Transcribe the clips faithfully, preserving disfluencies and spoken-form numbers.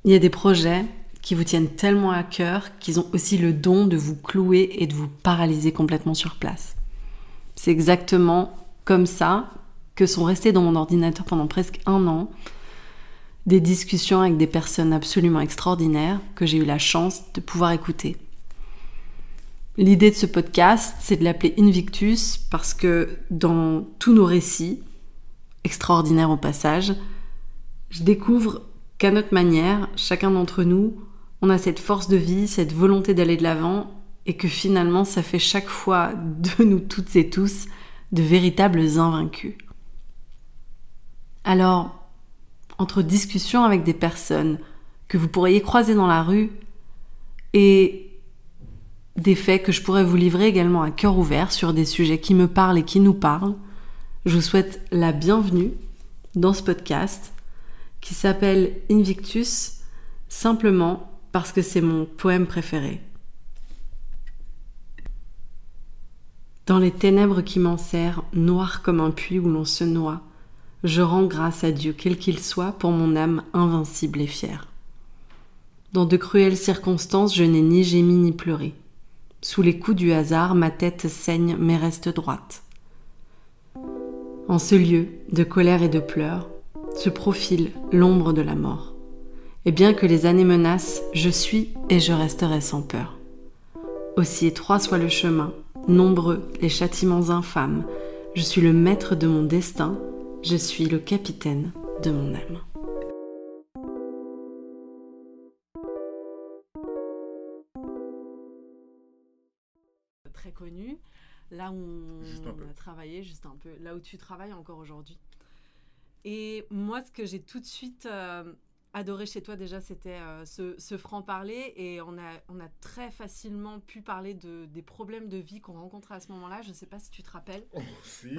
Il y a des projets qui vous tiennent tellement à cœur qu'ils ont aussi le don de vous clouer et de vous paralyser complètement sur place. C'est exactement comme ça que sont restés dans mon ordinateur pendant presque un an des discussions avec des personnes absolument extraordinaires que j'ai eu la chance de pouvoir écouter. L'idée de ce podcast, c'est de l'appeler Invictus parce que dans tous nos récits, extraordinaires au passage, je découvre qu'à notre manière, chacun d'entre nous, on a cette force de vie, cette volonté d'aller de l'avant et que finalement, ça fait chaque fois de nous toutes et tous de véritables invaincus. Alors, entre discussions avec des personnes que vous pourriez croiser dans la rue et des faits que je pourrais vous livrer également à cœur ouvert sur des sujets qui me parlent et qui nous parlent, je vous souhaite la bienvenue dans ce podcast qui s'appelle Invictus simplement parce que c'est mon poème préféré. Dans les ténèbres qui m'enserrent, noires comme un puits où l'on se noie, je rends grâce à Dieu, quel qu'il soit, pour mon âme invincible et fière. Dans de cruelles circonstances, je n'ai ni gémi ni pleuré. Sous les coups du hasard, ma tête saigne mais reste droite. En ce lieu de colère et de pleurs, se profile l'ombre de la mort. Et bien que les années menacent, je suis et je resterai sans peur. Aussi étroit soit le chemin, nombreux les châtiments infâmes, je suis le maître de mon destin, je suis le capitaine de mon âme. Très connu, là où on a travaillé, juste un peu, là où tu travailles encore aujourd'hui. Et moi, ce que j'ai tout de suite euh, adoré chez toi déjà, c'était euh, ce, ce franc-parler. Et on a, on a très facilement pu parler de, des problèmes de vie qu'on rencontrait à ce moment-là. Je ne sais pas si tu te rappelles. Oh, si.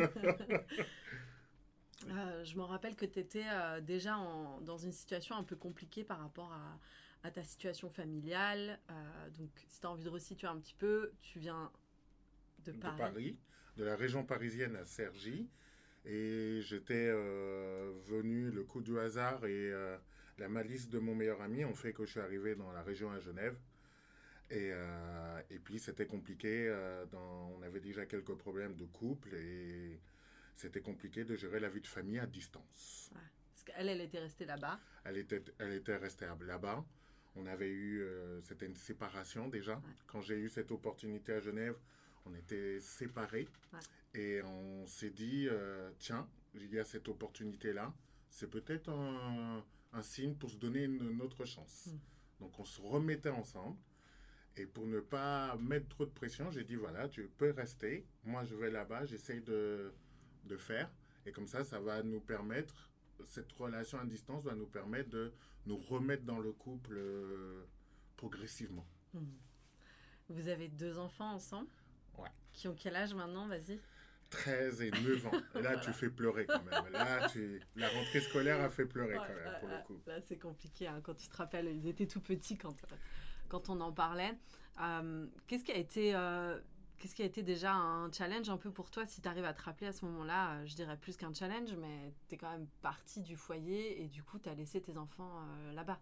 euh, Je me rappelle que tu étais euh, déjà en, dans une situation un peu compliquée par rapport à, à ta situation familiale. Euh, donc, si tu as envie de resituer un petit peu, tu viens de Paris. De Paris, de la région parisienne à Cergy. Et j'étais euh, venu, le coup du hasard et euh, la malice de mon meilleur ami ont fait que je suis arrivé dans la région à Genève. Et, euh, et puis c'était compliqué, euh, dans, on avait déjà quelques problèmes de couple et c'était compliqué de gérer la vie de famille à distance. Ouais, parce qu'elle, elle était restée là-bas. Elle était, elle était restée là-bas. On avait eu, euh, c'était une séparation déjà. Ouais. Quand j'ai eu cette opportunité à Genève, on était séparés. Ouais. Et on s'est dit, euh, tiens, il y a cette opportunité-là, c'est peut-être un, un signe pour se donner une, une autre chance. Mm. Donc on se remettait ensemble. Et pour ne pas mettre trop de pression, j'ai dit, voilà, tu peux rester. Moi, je vais là-bas, j'essaye de, de faire. Et comme ça, ça va nous permettre, cette relation à distance va nous permettre de nous remettre dans le couple euh, progressivement. Mm. Vous avez deux enfants ensemble ? Ouais. Qui ont quel âge maintenant ? Vas-y. treize et neuf ans. Là, voilà. Tu fais pleurer quand même. Là, tu... la rentrée scolaire a fait pleurer ouais, quand même, pour là, le coup. Là, c'est compliqué. Hein, quand tu te rappelles, ils étaient tout petits quand, quand on en parlait. Euh, qu'est-ce qui a été... Euh, qu'est-ce qui a été déjà un challenge un peu pour toi, si tu arrives à te rappeler à ce moment-là, euh, je dirais plus qu'un challenge, mais tu es quand même parti du foyer et du coup, tu as laissé tes enfants euh, là-bas.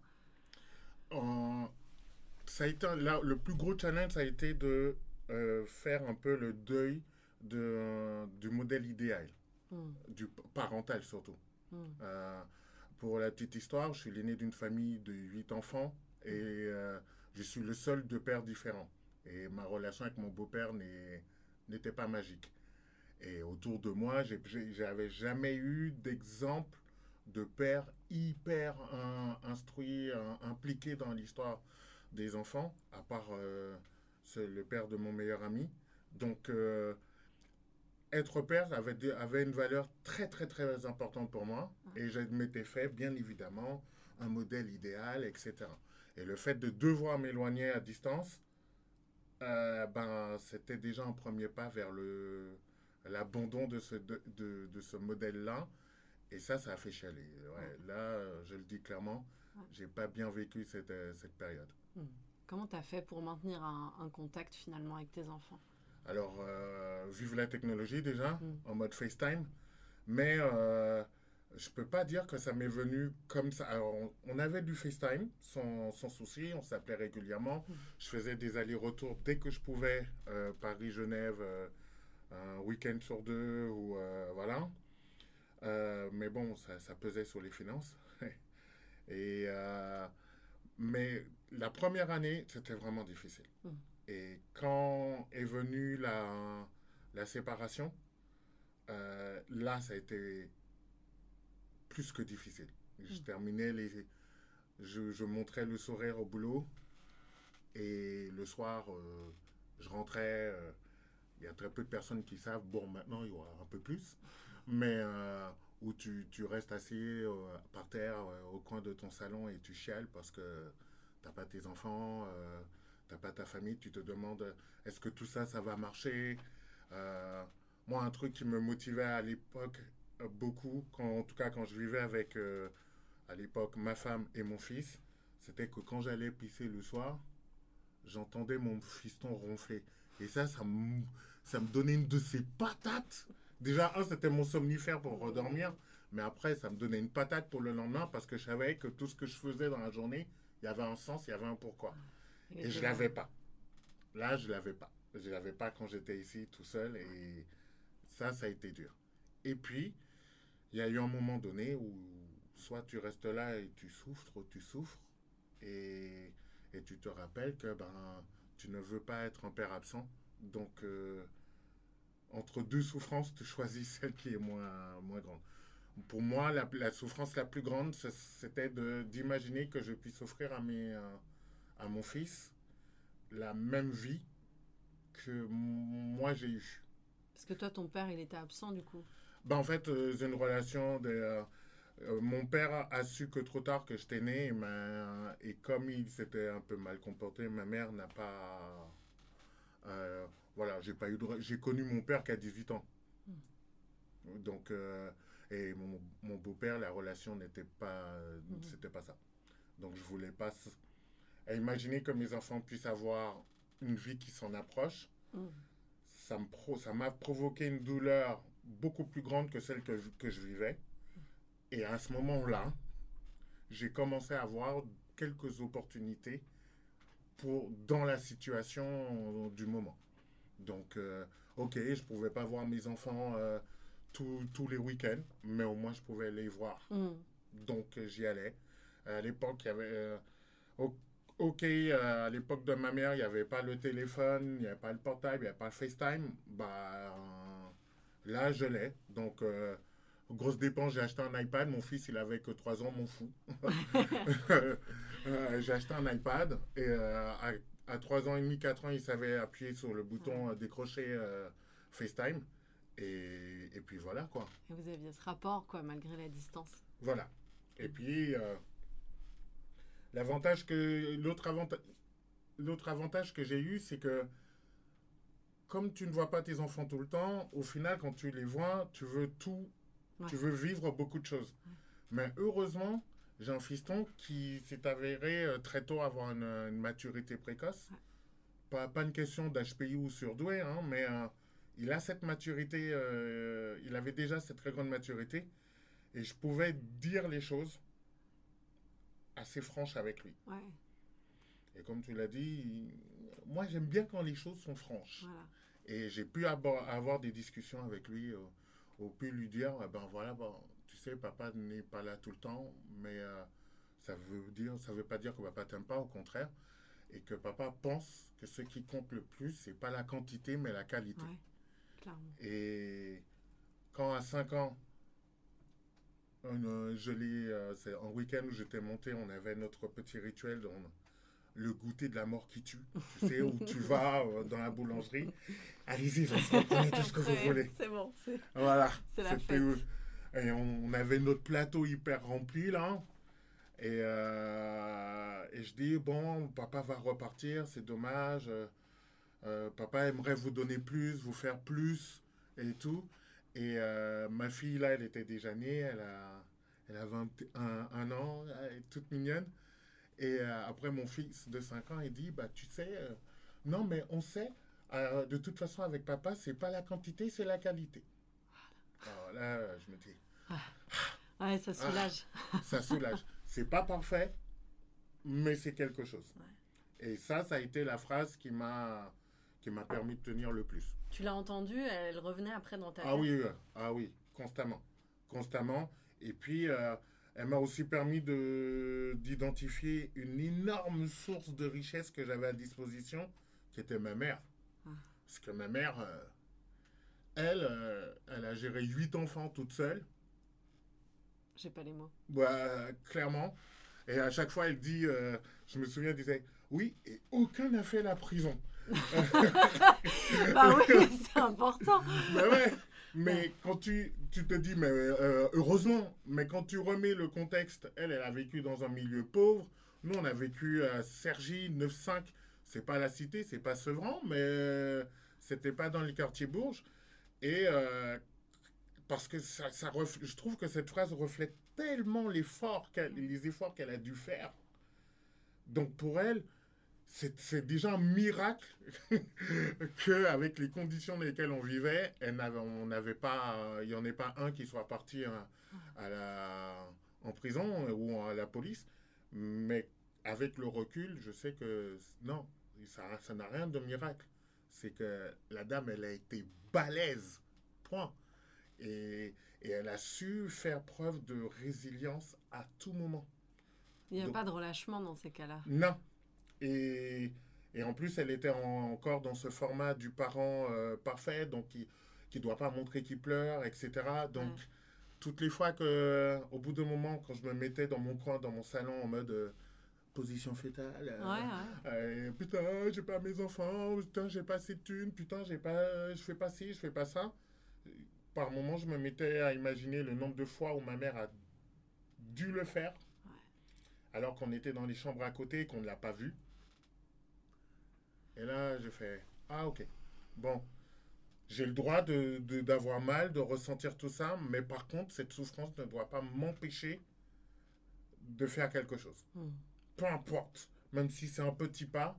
Euh, ça a été, là, le plus gros challenge, ça a été de euh, faire un peu le deuil de, euh, du modèle idéal, mm. du parental surtout. Mm. Euh, pour la petite histoire, je suis l'aîné d'une famille de huit enfants et euh, je suis le seul de pères différents. Et ma relation avec mon beau-père n'est, n'était pas magique. Et autour de moi, j'ai, j'avais jamais eu d'exemple de père hyper un, instruit, un, impliqué dans l'histoire des enfants, à part euh, c'est le père de mon meilleur ami. Donc, euh, être père avait, avait une valeur très, très, très importante pour moi. Et je m'étais fait, bien évidemment, un modèle idéal, et cetera. Et le fait de devoir m'éloigner à distance, euh, ben, c'était déjà un premier pas vers le, l'abandon de ce, de, de, de ce modèle-là. Et ça, ça a fait chialer. Ouais, là, je le dis clairement, j'ai pas bien vécu cette, cette période. Mmh. Comment tu as fait pour maintenir un, un contact finalement avec tes enfants ? Alors, euh, vive la technologie déjà, mmh. en mode FaceTime. Mais euh, Je peux pas dire que ça m'est venu comme ça. Alors, on, on avait du FaceTime sans, sans souci, on s'appelait régulièrement. Je faisais des allers-retours dès que je pouvais, euh, Paris-Genève, euh, un week-end sur deux, ou euh, voilà. Euh, mais bon, ça, ça pesait sur les finances. Et, euh, mais la première année, c'était vraiment difficile. Mm. Et quand est venue la, la séparation, euh, là, ça a été plus que difficile. Je Mm. terminais les. Je, je montrais le sourire au boulot et le soir, euh, je rentrais. euh, Il y a très peu de personnes qui savent. Bon, maintenant, il y aura un peu plus. Mais euh, où tu, tu restes assis euh, par terre euh, au coin de ton salon et tu chiales parce que t'as pas tes enfants, euh, t'as pas ta famille. Tu te demandes est-ce que tout ça, ça va marcher. Euh, Moi, un truc qui me motivait à l'époque euh, beaucoup, quand, en tout cas quand je vivais avec euh, à l'époque ma femme et mon fils, c'était que quand j'allais pisser le soir, j'entendais mon fiston ronfler. Et ça, ça me, ça me donnait une de ces patates. Déjà, un, c'était mon somnifère pour redormir. Mais après, ça me donnait une patate pour le lendemain parce que je savais que tout ce que je faisais dans la journée, il y avait un sens, il y avait un pourquoi. Et je ne l'avais pas. Là, je ne l'avais pas. Je ne l'avais pas quand j'étais ici tout seul. Et ça, ça a été dur. Et puis, il y a eu un moment donné où soit tu restes là et tu souffres, tu souffres, et, et tu te rappelles que ben, tu ne veux pas être un père absent. Donc, euh, entre deux souffrances, tu choisis celle qui est moins, moins grande. Pour moi, la, la souffrance la plus grande, c'était de, d'imaginer que je puisse offrir à, mes, euh, à mon fils la même vie que moi j'ai eue. Parce que toi, ton père, il était absent du coup. Ben, en fait, euh, c'est une relation de... euh, euh, mon père a su que trop tard que j'étais né, mais, et comme il s'était un peu mal comporté, ma mère n'a pas... euh, voilà, j'ai pas eu de... J'ai connu mon père qu'à dix-huit ans. Donc, euh, et mon, mon beau-père, la relation n'était pas... Mhm. C'était pas ça. Donc, je voulais pas... Et imaginer que mes enfants puissent avoir une vie qui s'en approche, Mhm. ça me pro... ça m'a provoqué une douleur beaucoup plus grande que celle que je, que je vivais. Et à ce moment-là, j'ai commencé à avoir quelques opportunités pour, dans la situation du moment. Donc, euh, ok, je ne pouvais pas voir mes enfants euh, tous, tous les week-ends, mais au moins je pouvais les voir. Mhm. Donc, euh, j'y allais. À l'époque, il y avait... euh, ok, euh, à l'époque de ma mère, il n'y avait pas le téléphone, il n'y avait pas le portable, il n'y avait pas le FaceTime. Bah, euh, là, je l'ai. Donc, euh, grosse dépense, j'ai acheté un iPad. Mon fils, il avait que trois ans, mon fou. Euh, j'ai acheté un iPad et euh, à, à trois ans et demi, quatre ans, il savait appuyer sur le bouton euh, décrocher euh, FaceTime. Et, et puis voilà, quoi. Et vous aviez ce rapport, quoi, malgré la distance. Voilà. Et puis, euh, l'avantage que... L'autre avantage, l'autre avantage que j'ai eu, c'est que comme tu ne vois pas tes enfants tout le temps, au final, quand tu les vois, tu veux tout, Ouais. tu veux vivre beaucoup de choses. Ouais. Mais heureusement, j'ai un fiston qui s'est avéré euh, très tôt avoir une, une maturité précoce. Ouais. Pas, pas une question d'H P I ou surdoué, hein, mais euh, il a cette maturité, euh, il avait déjà cette très grande maturité, et je pouvais dire les choses assez franches avec lui. Ouais. Et comme tu l'as dit, moi j'aime bien quand les choses sont franches. Voilà. Et j'ai pu abo- avoir des discussions avec lui, euh, ou pu lui dire, eh ben voilà, bon, tu sais, papa n'est pas là tout le temps, mais euh, ça veut dire, ça veut pas dire que papa t'aime pas, au contraire, et que papa pense que ce qui compte le plus, c'est pas la quantité, mais la qualité. Ouais, clairement. Et quand à cinq ans, un, euh, je l'ai, euh, c'est un week-end où j'étais monté, on avait notre petit rituel, dans le goûter de la mort qui tue. Tu sais, où tu vas euh, dans la boulangerie. Allez-y, Vincent, prenez tout ce que vous voulez. C'est bon, c'est, Voilà. c'est la C'était, fête. et on, on avait notre plateau hyper rempli, là. Et, euh, et je dis, bon, papa va repartir, c'est dommage. Euh, euh, papa aimerait vous donner plus, vous faire plus, et tout. Et euh, ma fille, là, elle était déjà née, elle a, elle a vingt et un, un an, elle est toute mignonne. Et euh, après, mon fils de cinq ans, il dit, bah, tu sais, euh, non, mais on sait, euh, de toute façon, avec papa, c'est pas la quantité, c'est la qualité. Alors là, je me dis, Ah, Ouais, ça soulage. Ah, ça soulage. C'est pas parfait, mais c'est quelque chose. Ouais. Et ça, ça a été la phrase qui m'a, qui m'a permis de tenir le plus. Tu l'as entendue, elle revenait après dans ta ah tête? Oui, euh, ah oui, constamment. Constamment. Et puis, euh, elle m'a aussi permis de, d'identifier une énorme source de richesse que j'avais à disposition, qui était ma mère. Ah. Parce que ma mère, euh, elle, euh, elle a géré huit enfants toute seule. J'ai pas les mots. Bah, clairement. Et à chaque fois, elle dit, euh, je me souviens, elle disait, oui, et aucun n'a fait la prison. Bah oui, c'est important. Bah ouais. Mais quand tu, tu te dis, mais euh, heureusement, mais quand tu remets le contexte, elle, elle a vécu dans un milieu pauvre. Nous, on a vécu à Cergy, neuf cinq. C'est pas la cité, c'est pas Sevran, mais euh, c'était pas dans les quartiers Bourges. Et euh, parce que ça, ça ref... je trouve que cette phrase reflète tellement l'effort qu'elle, les efforts qu'elle a dû faire. Donc pour elle, c'est, c'est déjà un miracle qu'avec les conditions dans lesquelles on vivait, elle n'avait, on n'avait pas, il n'y en ait pas un qui soit parti à, à la, en prison ou à la police. Mais avec le recul, je sais que non, ça, ça n'a rien de miracle. C'est que la dame, elle a été balèze. Point. Et, et elle a su faire preuve de résilience à tout moment. Il n'y a Donc, pas de relâchement dans ces cas-là. Non. Et, et en plus, elle était en, encore dans ce format du parent euh, parfait, donc qui ne doit pas montrer qu'il pleure, et cetera. Donc, ouais. Toutes les fois que, au bout d'un moment, quand je me mettais dans mon coin, dans mon salon, en mode euh, position fétale, euh, ouais, ouais. Euh, putain, j'ai pas mes enfants, putain, j'ai pas assez de thunes, putain, j'ai pas, je fais pas ci, je fais pas ça. Par moment, je me mettais à imaginer le nombre de fois où ma mère a dû le faire, ouais. Alors qu'on était dans les chambres à côté et qu'on ne l'a pas vu. Et là, je fais, ah ok, bon, j'ai le droit de, de, d'avoir mal, de ressentir tout ça, mais par contre, cette souffrance ne doit pas m'empêcher de faire quelque chose. Hmm. Peu importe, même si c'est un petit pas,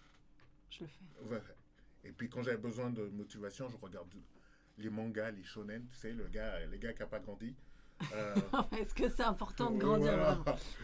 je le fais. Ouais. Et puis quand j'avais besoin de motivation, je regarde les mangas, les shonen, tu sais, le gars, les gars qui n'ont pas grandi. Euh, Est-ce que c'est important de grandir voilà.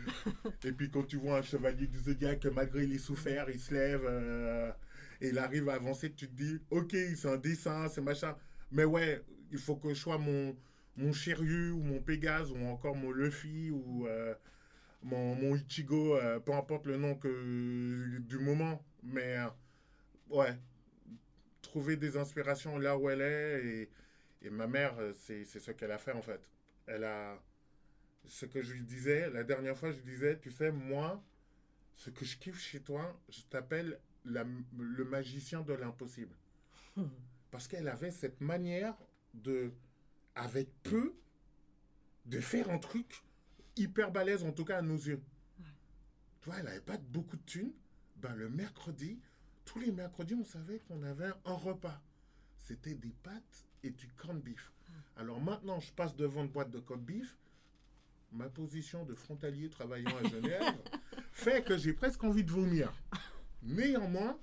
Et puis quand tu vois un chevalier du Zodiac, malgré les souffert, il se lève euh, et il arrive à avancer, tu te dis, ok, c'est un dessin, c'est machin. Mais ouais, il faut que je sois mon, mon Shiryu ou mon Pégase ou encore mon Luffy ou euh, mon, mon Ichigo, euh, peu importe le nom que, du moment. Mais euh, ouais, trouver des inspirations là où elle est. Et, et ma mère, c'est, c'est ce qu'elle a fait en fait. Elle a... Ce que je lui disais, la dernière fois, je lui disais, tu sais, moi, ce que je kiffe chez toi, je t'appelle la, le magicien de l'impossible. Parce qu'elle avait cette manière de, avec peu, de faire un truc hyper balèze, en tout cas à nos yeux. Ouais. Tu vois, elle n'avait pas beaucoup de thunes. Ben, le mercredi, tous les mercredis, on savait qu'on avait un repas. C'était des pâtes et du corned beef. Alors maintenant, je passe devant une boîte de corned beef. Ma position de frontalier travaillant à Genève fait que j'ai presque envie de vomir. Néanmoins,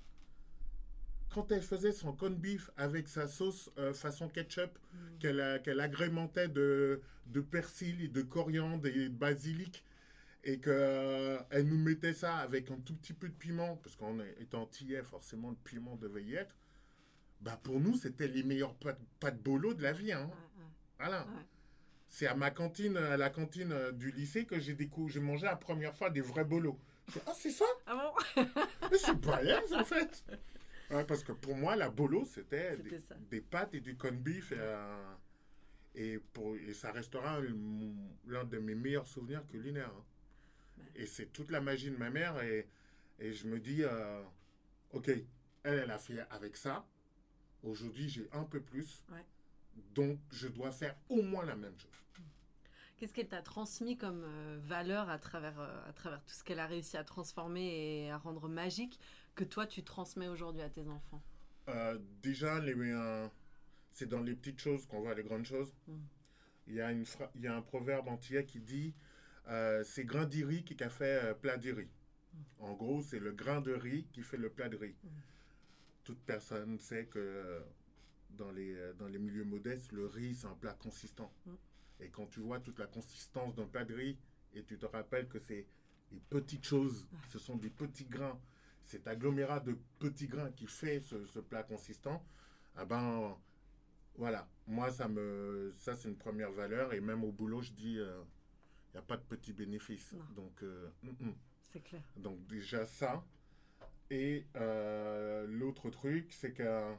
quand elle faisait son corned beef avec sa sauce euh, façon ketchup, mmh. qu'elle, a, qu'elle agrémentait de, de persil et de coriandre et de basilic, et qu'elle euh, nous mettait ça avec un tout petit peu de piment, parce qu'en étant antillais, forcément, le piment devait y être, bah pour nous, c'était les meilleurs pâtes, pâtes bolo de la vie. Hein. Ouais, ouais. Voilà. Ouais. C'est à ma cantine, à la cantine du lycée, que j'ai découvert, j'ai mangé la première fois des vrais bolos. Je dis, ah, c'est ça? Ah bon? Mais c'est balèze, en fait. Ouais, parce que pour moi, la bolo, c'était, c'était des, des pâtes et du corned beef. Et, euh, et, pour, et ça restera l'un de mes meilleurs souvenirs culinaires. Hein. Ouais. Et c'est toute la magie de ma mère. Et, et je me dis, euh, ok, elle, elle a fait avec ça. Aujourd'hui, j'ai un peu plus. Ouais. Donc, je dois faire au moins la même chose. Qu'est-ce qu'elle t'a transmis comme euh, valeur à travers, euh, à travers tout ce qu'elle a réussi à transformer et à rendre magique que toi, tu transmets aujourd'hui à tes enfants? euh, Déjà, les, euh, c'est dans les petites choses qu'on voit les grandes choses. Mm. Il y a une fra- il y a un proverbe antillais qui dit euh, c'est grain de riz qui a fait euh, plat de riz. Mm. En gros, c'est le grain de riz qui fait le plat de riz. Mm. Toute personne sait que... Euh, Dans les, dans les milieux modestes, le riz, c'est un plat consistant. Mm. Et quand tu vois toute la consistance d'un plat de riz, et tu te rappelles que c'est des petites choses, ce sont des petits grains, cet agglomérat de petits grains qui fait ce, ce plat consistant, ah ben, voilà. Moi, ça, me, ça c'est une première valeur. Et même au boulot, je dis, il euh, n'y a pas de petits bénéfices. Non. Donc, euh, mm, mm. C'est clair. Donc, déjà ça. Et euh, l'autre truc, c'est que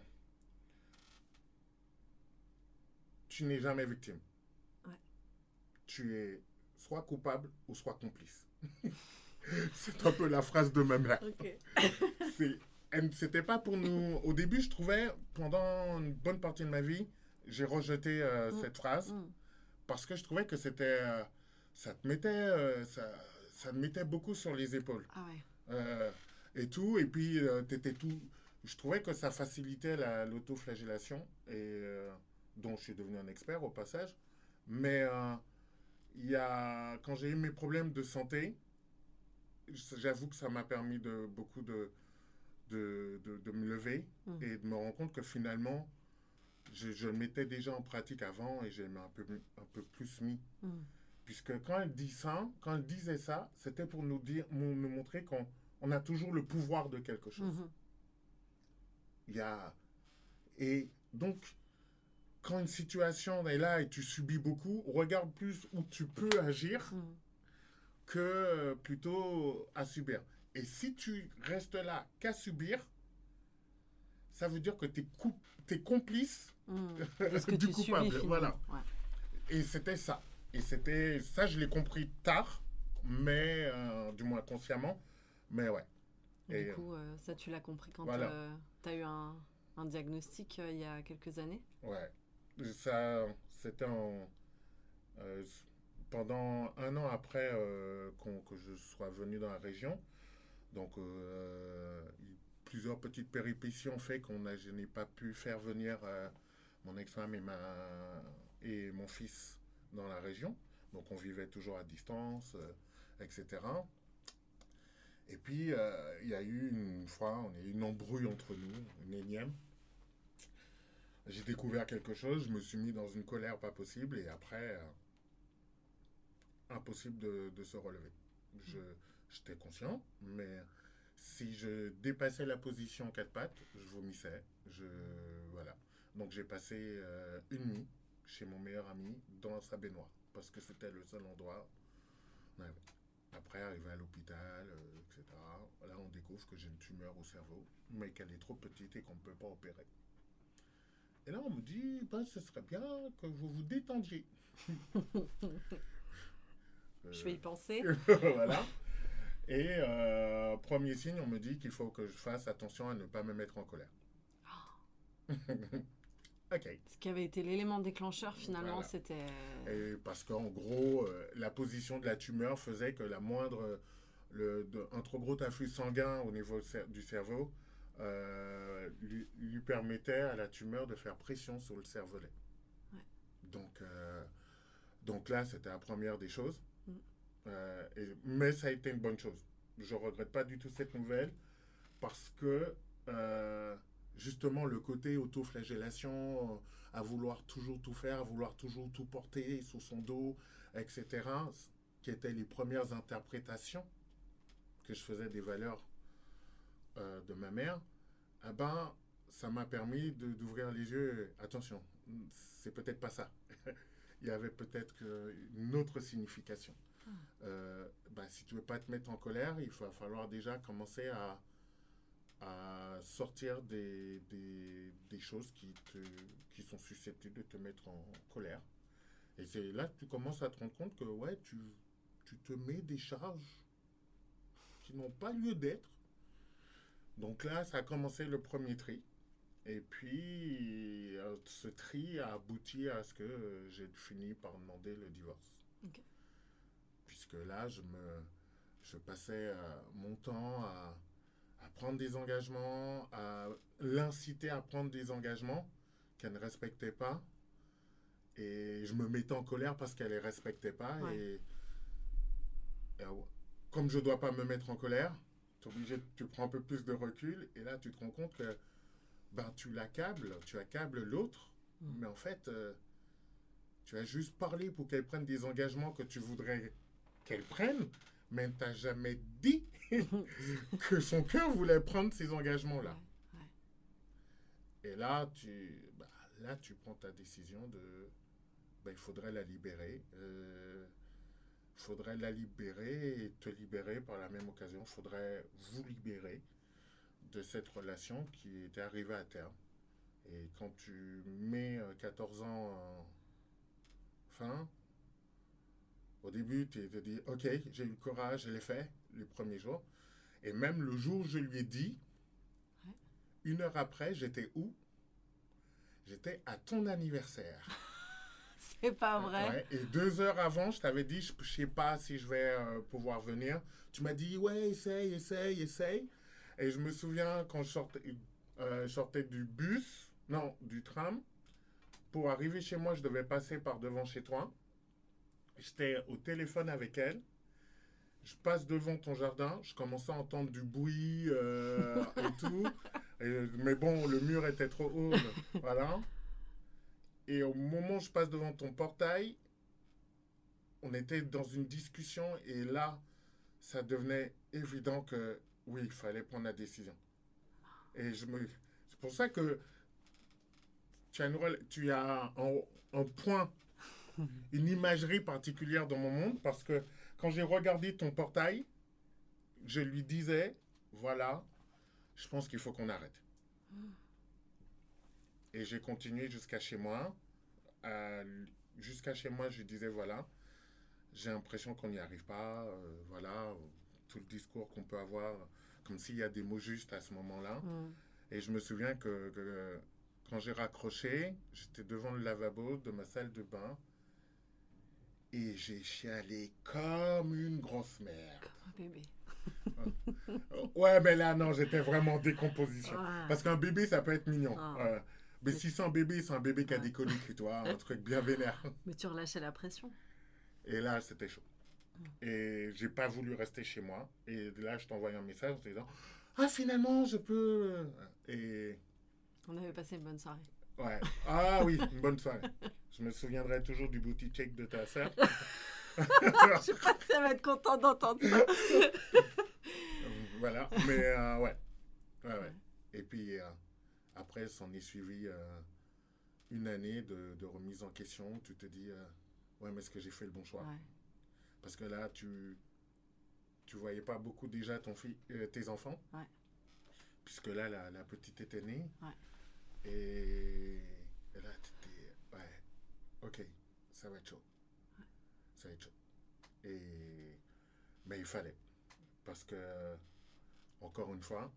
tu n'es jamais victime. Ouais. Tu es soit coupable ou soit complice. C'est un peu la phrase de ma mère. Ok. C'est, c'était pas pour nous. Au début, je trouvais, pendant une bonne partie de ma vie, j'ai rejeté euh, Mm. cette phrase Mm. parce que je trouvais que c'était. Euh, ça te mettait. Euh, ça, ça te mettait beaucoup sur les épaules. Ah ouais. Euh, et tout. Et puis, euh, t'étais tout. Je trouvais que ça facilitait la, l'autoflagellation, et, euh, dont je suis devenu un expert au passage. Mais euh, il y a, quand j'ai eu mes problèmes de santé, j'avoue que ça m'a permis de beaucoup de, de, de, de me lever Mm. et de me rendre compte que finalement, je, je le mettais déjà en pratique avant et j'ai un peu, un peu plus mis. Mm. Puisque quand elle dit ça, quand elle disait ça, c'était pour nous dire, nous, nous montrer qu'on on a toujours le pouvoir de quelque chose. Mhm. Il y a, et donc, quand une situation est là et tu subis beaucoup, regarde plus où tu peux agir Mm. que euh, plutôt à subir. Et si tu restes là qu'à subir, ça veut dire que tu es complice Mm. De ce que du tu coupable. subis, Voilà. finalement. Ouais. Et c'était ça. Et c'était ça, je l'ai compris tard, mais euh, du moins consciemment. Mais ouais. Et Et, du coup, euh, ça, tu l'as compris quand voilà. euh, tu as eu un, un diagnostic euh, il y a quelques années. Ouais. Ça, c'était en, euh, pendant un an après euh, qu'on- que je sois venu dans la région. Donc, euh, plusieurs petites péripéties ont fait qu'on a, je n'ai pas pu faire venir euh, mon ex-femme et, ma, et mon fils dans la région. Donc, on vivait toujours à distance, euh, et cetera. Et puis, euh, il y a eu une fois, on a eu une embrouille entre nous, une énième. J'ai découvert quelque chose, je me suis mis dans une colère pas possible et après, euh, impossible de, de se relever. Je, j'étais conscient, mais si je dépassais la position en quatre pattes, je vomissais. Je, voilà. Donc j'ai passé euh, une nuit chez mon meilleur ami dans sa baignoire parce que c'était le seul endroit. Ouais. Après, arrivé à l'hôpital, euh, et cetera. Là, on découvre que j'ai une tumeur au cerveau, mais qu'elle est trop petite et qu'on ne peut pas opérer. Et là, on me dit, ben, ce serait bien que vous vous détendiez. Euh, Je vais y penser. voilà. Et euh, premier signe, on me dit qu'il faut que je fasse attention à ne pas me mettre en colère. Ok. Ce qui avait été l'élément déclencheur, finalement, Voilà. c'était... Et parce qu'en gros, euh, la position de la tumeur faisait que la moindre, le, de, un trop gros afflux sanguin au niveau du cerveau euh, lui, lui permettait à la tumeur de faire pression sur le cervelet. Ouais. Donc, euh, donc là, c'était la première des choses. Mm. Euh, et, mais ça a été une bonne chose. Je ne regrette pas du tout cette nouvelle parce que euh, justement le côté autoflagellation, euh, à vouloir toujours tout faire, à vouloir toujours tout porter sous son dos, et cetera, qui étaient les premières interprétations que je faisais des valeurs euh, de ma mère, eh ben, ça m'a permis de, d'ouvrir les yeux. Attention, c'est peut-être pas ça. Il y avait peut-être une autre signification. Ah. Euh, bah, si tu ne veux pas te mettre en colère, il va falloir déjà commencer à, à sortir des, des, des choses qui, te, qui sont susceptibles de te mettre en colère. Et c'est là que tu commences à te rendre compte que ouais, tu, tu te mets des charges qui n'ont pas lieu d'être. Donc là, ça a commencé le premier tri. Et puis, euh, ce tri a abouti à ce que euh, j'ai fini par demander le divorce. Okay. Puisque là, je, me, je passais euh, mon temps à, à prendre des engagements, à l'inciter à prendre des engagements qu'elle ne respectait pas. Et je me mettais en colère parce qu'elle ne les respectait pas. Ouais. Et, et comme je ne dois pas me mettre en colère, tu es obligé, tu prends un peu plus de recul. Et là, tu te rends compte que ben, tu l'accables, tu accables l'autre. Mmh. Mais en fait, euh, Tu as juste parlé pour qu'elle prenne des engagements que tu voudrais qu'elle prenne, mais tu n'as jamais dit que son cœur voulait prendre ces engagements-là. Ouais, ouais. Et là tu, bah, là, tu prends ta décision de... Bah, il faudrait la libérer. Il euh, faudrait la libérer et te libérer par la même occasion. Il faudrait vous libérer de cette relation qui était arrivée à terme. Et quand tu mets quatorze ans en fin, au début, tu te dis, ok, j'ai eu le courage, je l'ai fait les premiers jours. Et même le jour où je lui ai dit, ouais. Une heure après, j'étais où? J'étais à ton anniversaire. C'est pas vrai. Ouais, et deux heures avant, je t'avais dit, je ne sais pas si je vais euh, pouvoir venir. Tu m'as dit, ouais, essaye, essaye, essaye. Et je me souviens quand je sortais, euh, je sortais du bus, non, du tram, pour arriver chez moi, je devais passer par devant chez toi. J'étais au téléphone avec elle. Je passe devant ton jardin, je commençais à entendre du bruit euh, et tout. Et, mais bon, le mur était trop haut. Voilà. Et au moment où je passe devant ton portail, on était dans une discussion et là, ça devenait évident que oui, il fallait prendre la décision. Et je me, c'est pour ça que tu as, une, tu as un, un point, une imagerie particulière dans mon monde parce que quand j'ai regardé ton portail, je lui disais, voilà, je pense qu'il faut qu'on arrête. Et j'ai continué jusqu'à chez moi. Euh, jusqu'à chez moi, je lui disais, voilà, j'ai l'impression qu'on n'y arrive pas. Euh, voilà, tout le discours qu'on peut avoir, comme s'il y a des mots justes à ce moment-là. Mm. Et je me souviens que, que quand j'ai raccroché, j'étais devant le lavabo de ma salle de bain. Et j'ai chialé comme une grosse merde. Comme un bébé. Ouais, mais là, non, j'étais vraiment en décomposition. Ah. Parce qu'un bébé, ça peut être mignon. Ah. Euh, mais, mais si c'est un bébé, c'est un bébé qui a ah. des coliques, tu vois, un truc bien vénère. Mais tu relâchais la pression. Et là, c'était chaud. Mm. Et j'ai pas voulu rester chez moi. Et là, je t'envoie un message en te disant « Ah, finalement, je peux... » Et... On avait passé une bonne soirée. Ouais. Ah oui, une bonne soirée. Je me souviendrai toujours du booty check de ta sœur. Je sais pas si elle va être contente d'entendre ça. Voilà, mais euh, ouais. ouais. Ouais, et puis euh, après, s'en est suivi euh, une année de, de remise en question. Tu te dis, euh, ouais, mais est-ce que j'ai fait le bon choix? Ouais. Parce que là, tu tu voyais pas beaucoup déjà ton fille, euh, tes enfants. Ouais. Puisque là, la, la petite était née. Ouais. Et, et là, tu t'es, ouais, ok, ça va être chaud. Ouais. Ça va être chaud. Et, mais il fallait. Parce que, encore une fois,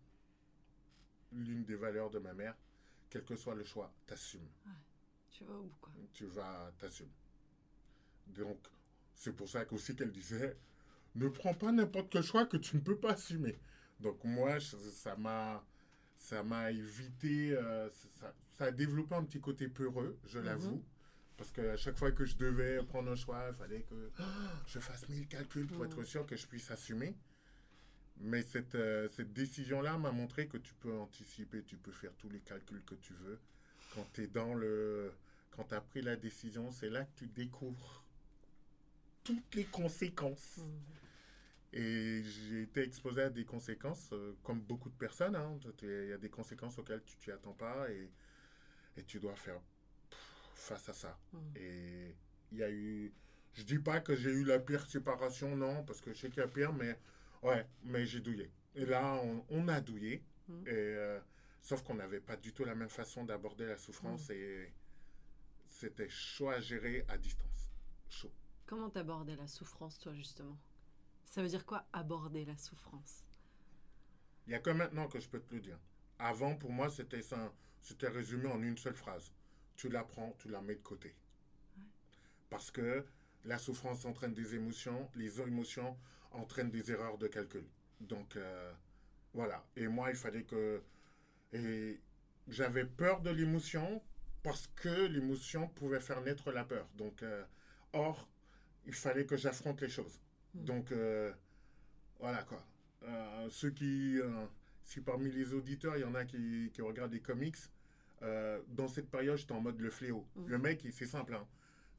l'une des valeurs de ma mère, quel que soit le choix, t'assumes. Ouais, tu vas au bout, quoi. Tu vas, t'assumes. Donc, c'est pour ça qu'aussi qu'elle disait, ne prends pas n'importe quel choix que tu ne peux pas assumer. Donc, moi, ça m'a... Ça m'a évité, euh, ça, ça a développé un petit côté peureux, je l'avoue. Mm-hmm. Parce qu'à chaque fois que je devais prendre un choix, il fallait que oh, je fasse mille calculs pour mm. être sûr que je puisse assumer. Mais cette, euh, cette décision-là m'a montré que tu peux anticiper, tu peux faire tous les calculs que tu veux. Quand tu es dans le... Quand tu as pris la décision, c'est là que tu découvres toutes les conséquences. Mm. Et j'ai été exposé à des conséquences, euh, comme beaucoup de personnes. Hein. Il y a des conséquences auxquelles tu t'y attends pas et, et tu dois faire pff, face à ça. Mm. Et il y a eu... Je dis pas que j'ai eu la pire séparation, non, parce que je sais qu'il y a pire, mais ouais, mais j'ai douillé. Et là, on, on a douillé. Mm. Et, euh, sauf qu'on n'avait pas du tout la même façon d'aborder la souffrance mm. et c'était chaud à gérer à distance. Chaud. Comment t'abordais la souffrance, toi, justement ? Ça veut dire quoi, aborder la souffrance? Il n'y a que maintenant que je peux te le dire. Avant, pour moi, c'était ça, c'était résumé en une seule phrase. Tu la prends, tu la mets de côté. Ouais. Parce que la souffrance entraîne des émotions, les émotions entraînent des erreurs de calcul. Donc, euh, voilà. Et moi, il fallait que... Et j'avais peur de l'émotion parce que l'émotion pouvait faire naître la peur. Donc, euh, or, il fallait que j'affronte les choses. Donc, euh, voilà quoi. Euh, ceux qui, euh, si parmi les auditeurs, il y en a qui, qui regardent des comics, euh, dans cette période, j'étais en mode le fléau. Mmh. Le mec, c'est simple. Hein.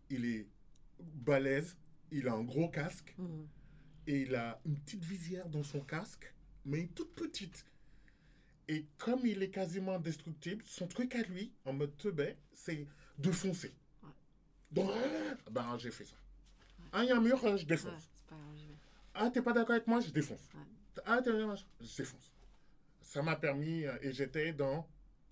il est balèze, il a un gros casque, mmh. et il a une petite visière dans son casque, mais toute petite. Et comme il est quasiment indestructible, son truc à lui, en mode teubé, c'est de foncer. Ouais. Donc, ben, j'ai fait ça. Ouais. Ah, il y a un mur, je défonce. Ouais, c'est pas grave, ah, t'es pas d'accord avec moi, je défonce. Ouais. Ah, t'es je défonce. Ça m'a permis, et j'étais dans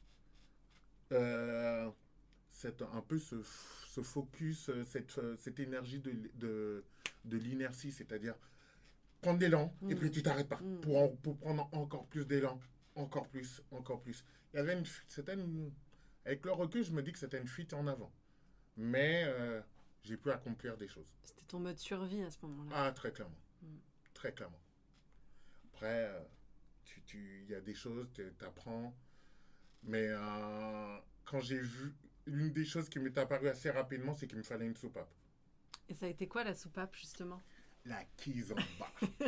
euh, cette, un peu ce, ce focus, cette, cette énergie de, de, de l'inertie, c'est-à-dire prendre d'élan, mmh. et puis tu t'arrêtes pas, mmh. pour, en, pour prendre encore plus d'élan. Encore plus, encore plus. Il y avait une, c'était une, avec le recul, je me dis que c'était une fuite en avant. Mais euh, j'ai pu accomplir des choses. C'était ton mode survie à ce moment-là. Ah, très clairement. Mm. Très clairement. Après, euh, tu, tu, il y a des choses, tu apprends. Mais euh, quand j'ai vu, l'une des choses qui m'est apparue assez rapidement, c'est qu'il me fallait une soupape. Et ça a été quoi la soupape, justement? La kizomba.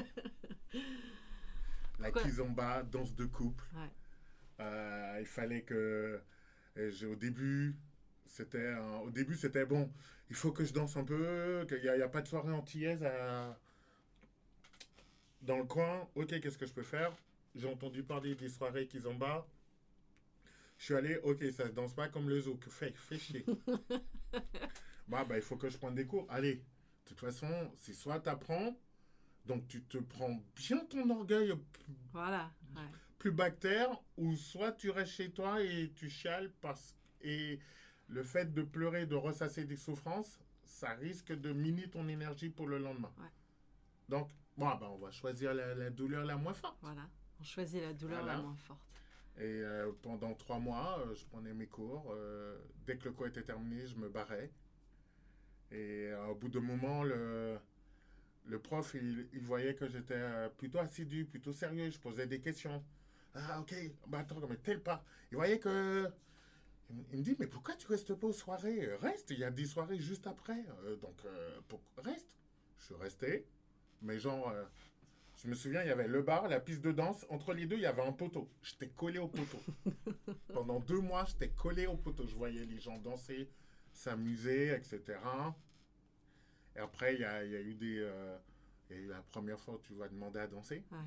La kizomba, danse de couple. Ouais. Euh, il fallait que... J'ai, au début, c'était, euh, au début, c'était bon. Il faut que je danse un peu, qu'il n'y a, a pas de soirée antillaise à... dans le coin. Ok, qu'est-ce que je peux faire? J'ai entendu parler des soirées kizomba. Je suis allé, ok, ça se danse pas comme le zouk. Fais, fais chier. bah, bah, il faut que je prenne des cours. Allez, de toute façon, c'est soit tu apprends... Donc, tu te prends bien ton orgueil voilà, ouais. plus bactère, ou soit tu restes chez toi et tu chiales. Parce, et le fait de pleurer, de ressasser des souffrances, ça risque de miner ton énergie pour le lendemain. Ouais. Donc, bon, ben, on va choisir la, la douleur la moins forte. Voilà, on choisit la douleur voilà. la moins forte. Et euh, pendant trois mois, euh, je prenais mes cours. Euh, dès que le cours était terminé, je me barrais. Et euh, au bout d'un moment, le... Le prof, il, il voyait que j'étais plutôt assidu, plutôt sérieux. Je posais des questions. Ah, ok, bah attends, mais tel pas. Il voyait que... Il me dit, mais pourquoi tu restes pas aux soirées? Reste, il y a des soirées juste après. Euh, donc, euh, pour... reste. Je suis resté. Mais genre, euh, je me souviens, il y avait le bar, la piste de danse. Entre les deux, il y avait un poteau. J'étais collé au poteau. Pendant deux mois, j'étais collé au poteau. Je voyais les gens danser, s'amuser, et cetera. Et après, il y a, y a eu des... Euh, y a eu la première fois où tu vas demander à danser. Ouais.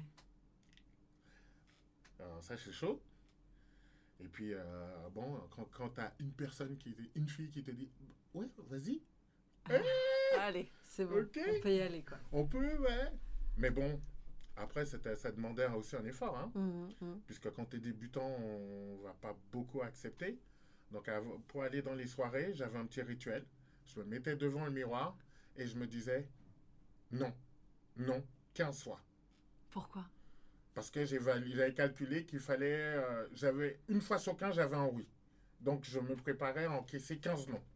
Alors, ça, c'est chaud. Et puis, euh, bon, quand, quand tu as une personne, qui, une fille qui te dit « Ouais, vas-y. Ah, hey allez, c'est bon. Okay. On peut y aller, quoi. » On peut, ouais. Mais bon, après, ça demandait aussi un effort. Hein, mmh, mmh. Puisque quand tu es débutant, on ne va pas beaucoup accepter. Donc, pour aller dans les soirées, j'avais un petit rituel. Je me mettais devant le miroir. Et je me disais, non, non, quinze fois. Pourquoi? Parce que j'avais calculé qu'il fallait, euh, j'avais une fois sur quinze, j'avais un oui. Donc je me préparais à encaisser quinze non.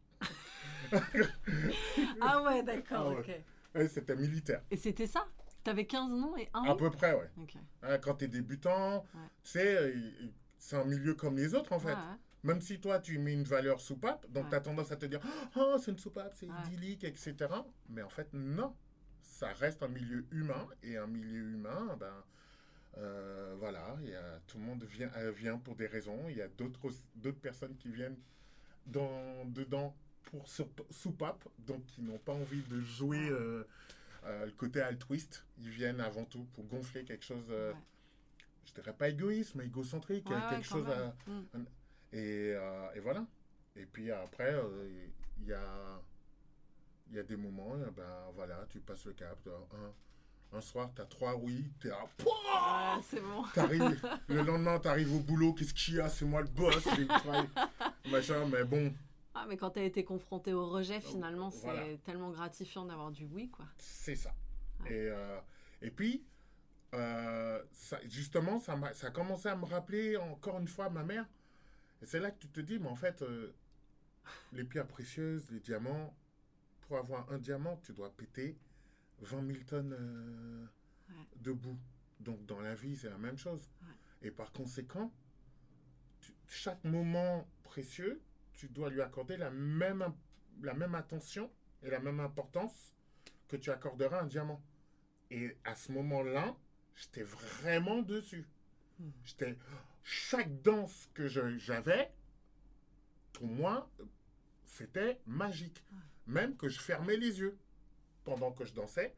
Ah ouais, d'accord, ah ouais. Ok. Ouais, c'était militaire. Et c'était ça? T'avais quinze non et un oui? À peu près, ouais. Okay. Euh, quand t'es débutant, ouais. Tu sais, c'est un milieu comme les autres, en fait. Ouais, ouais. Même si toi, tu mets une valeur soupape, donc ouais. Tu as tendance à te dire « Oh, c'est une soupape, c'est ouais. idyllique, et cetera » Mais en fait, non. Ça reste un milieu humain. Et un milieu humain, ben, euh, voilà, y a, tout le monde vient, euh, vient pour des raisons. Il y a d'autres personnes qui viennent dans, dedans pour soupape, donc qui n'ont pas envie de jouer euh, euh, le côté altruiste. Ils viennent avant tout pour gonfler quelque chose, euh, ouais. Je dirais pas égoïste, mais égocentrique, ouais, quelque ouais, chose à... Mm. Et, euh, et voilà. Et puis après, il euh, y, a, y a des moments, ben voilà, tu passes le cap. Un, un soir, tu as trois oui, tu es à... Ah, c'est bon. Le lendemain, tu arrives au boulot, qu'est-ce qu'il y a? C'est moi le boss. Machin, mais bon. Ah, mais quand tu as été confronté au rejet, finalement, c'est voilà. Tellement gratifiant d'avoir du oui, quoi. C'est ça. Ouais. Et, euh, et puis, euh, ça, justement, ça, ça a commencé à me rappeler encore une fois ma mère. Et c'est là que tu te dis, mais en fait, euh, les pierres précieuses, les diamants, pour avoir un diamant, tu dois péter vingt mille tonnes euh, ouais. de boue. Donc, dans la vie, c'est la même chose. Ouais. Et par conséquent, tu, chaque moment précieux, tu dois lui accorder la même, la même attention et la même importance que tu accorderas à un diamant. Et à ce moment-là, j'étais vraiment dessus. Mmh. J'étais... Chaque danse que je, j'avais, pour moi, c'était magique. même que je fermais les yeux pendant que je dansais.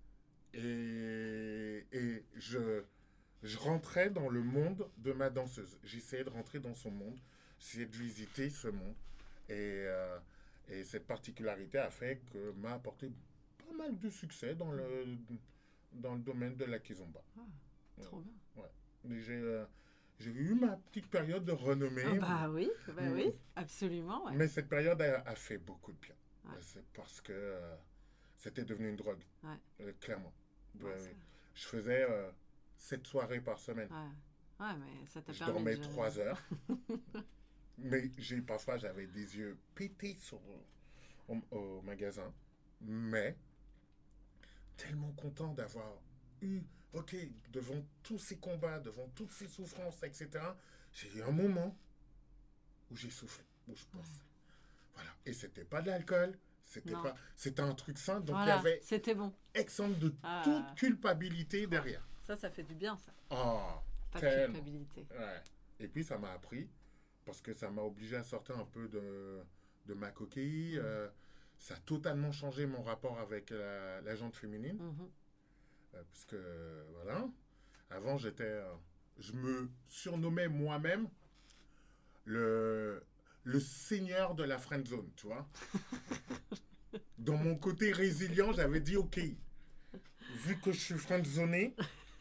Et, et je, je rentrais dans le monde de ma danseuse. J'essayais de rentrer dans son monde, j'essayais de visiter ce monde. Et, euh, et cette particularité a fait que m'a apporté pas mal de succès dans le, dans le domaine de la kizomba. Ah, trop bien. Ouais. Mais j'ai, euh, j'ai eu ma petite période de renommée. Ah bah oui, bah mais, oui, absolument. Ouais. Mais cette période a, a fait beaucoup de bien. Ouais. C'est parce que euh, c'était devenu une drogue, ouais. euh, clairement. Ouais, Ouais, je faisais euh, sept soirées par semaine. Ouais, ouais mais ça t'a je permis dormais de... trois heures. Mais j'ai, parfois, j'avais des yeux pétés sur, au, au magasin. Mais tellement content d'avoir eu, ok, devant tous ces combats, devant toutes ces souffrances, et cetera, j'ai eu un moment où j'ai soufflé, où je pense. Ouais. Voilà. Et c'était pas de l'alcool. C'était, pas, c'était un truc sain, donc voilà, il y avait c'était bon. exemple de ah. toute culpabilité derrière. Ça, ça fait du bien, ça. Oh, pas de culpabilité. Ouais. Et puis, ça m'a appris, parce que ça m'a obligé à sortir un peu de, de ma coquille. Mmh. Euh, ça a totalement changé mon rapport avec la, la jante féminine. Mmh. Euh, parce que, voilà, avant, j'étais... Euh, je me surnommais moi-même le... le seigneur de la friend zone, tu vois. Dans mon côté résilient, j'avais dit, ok, vu que je suis friend zoné,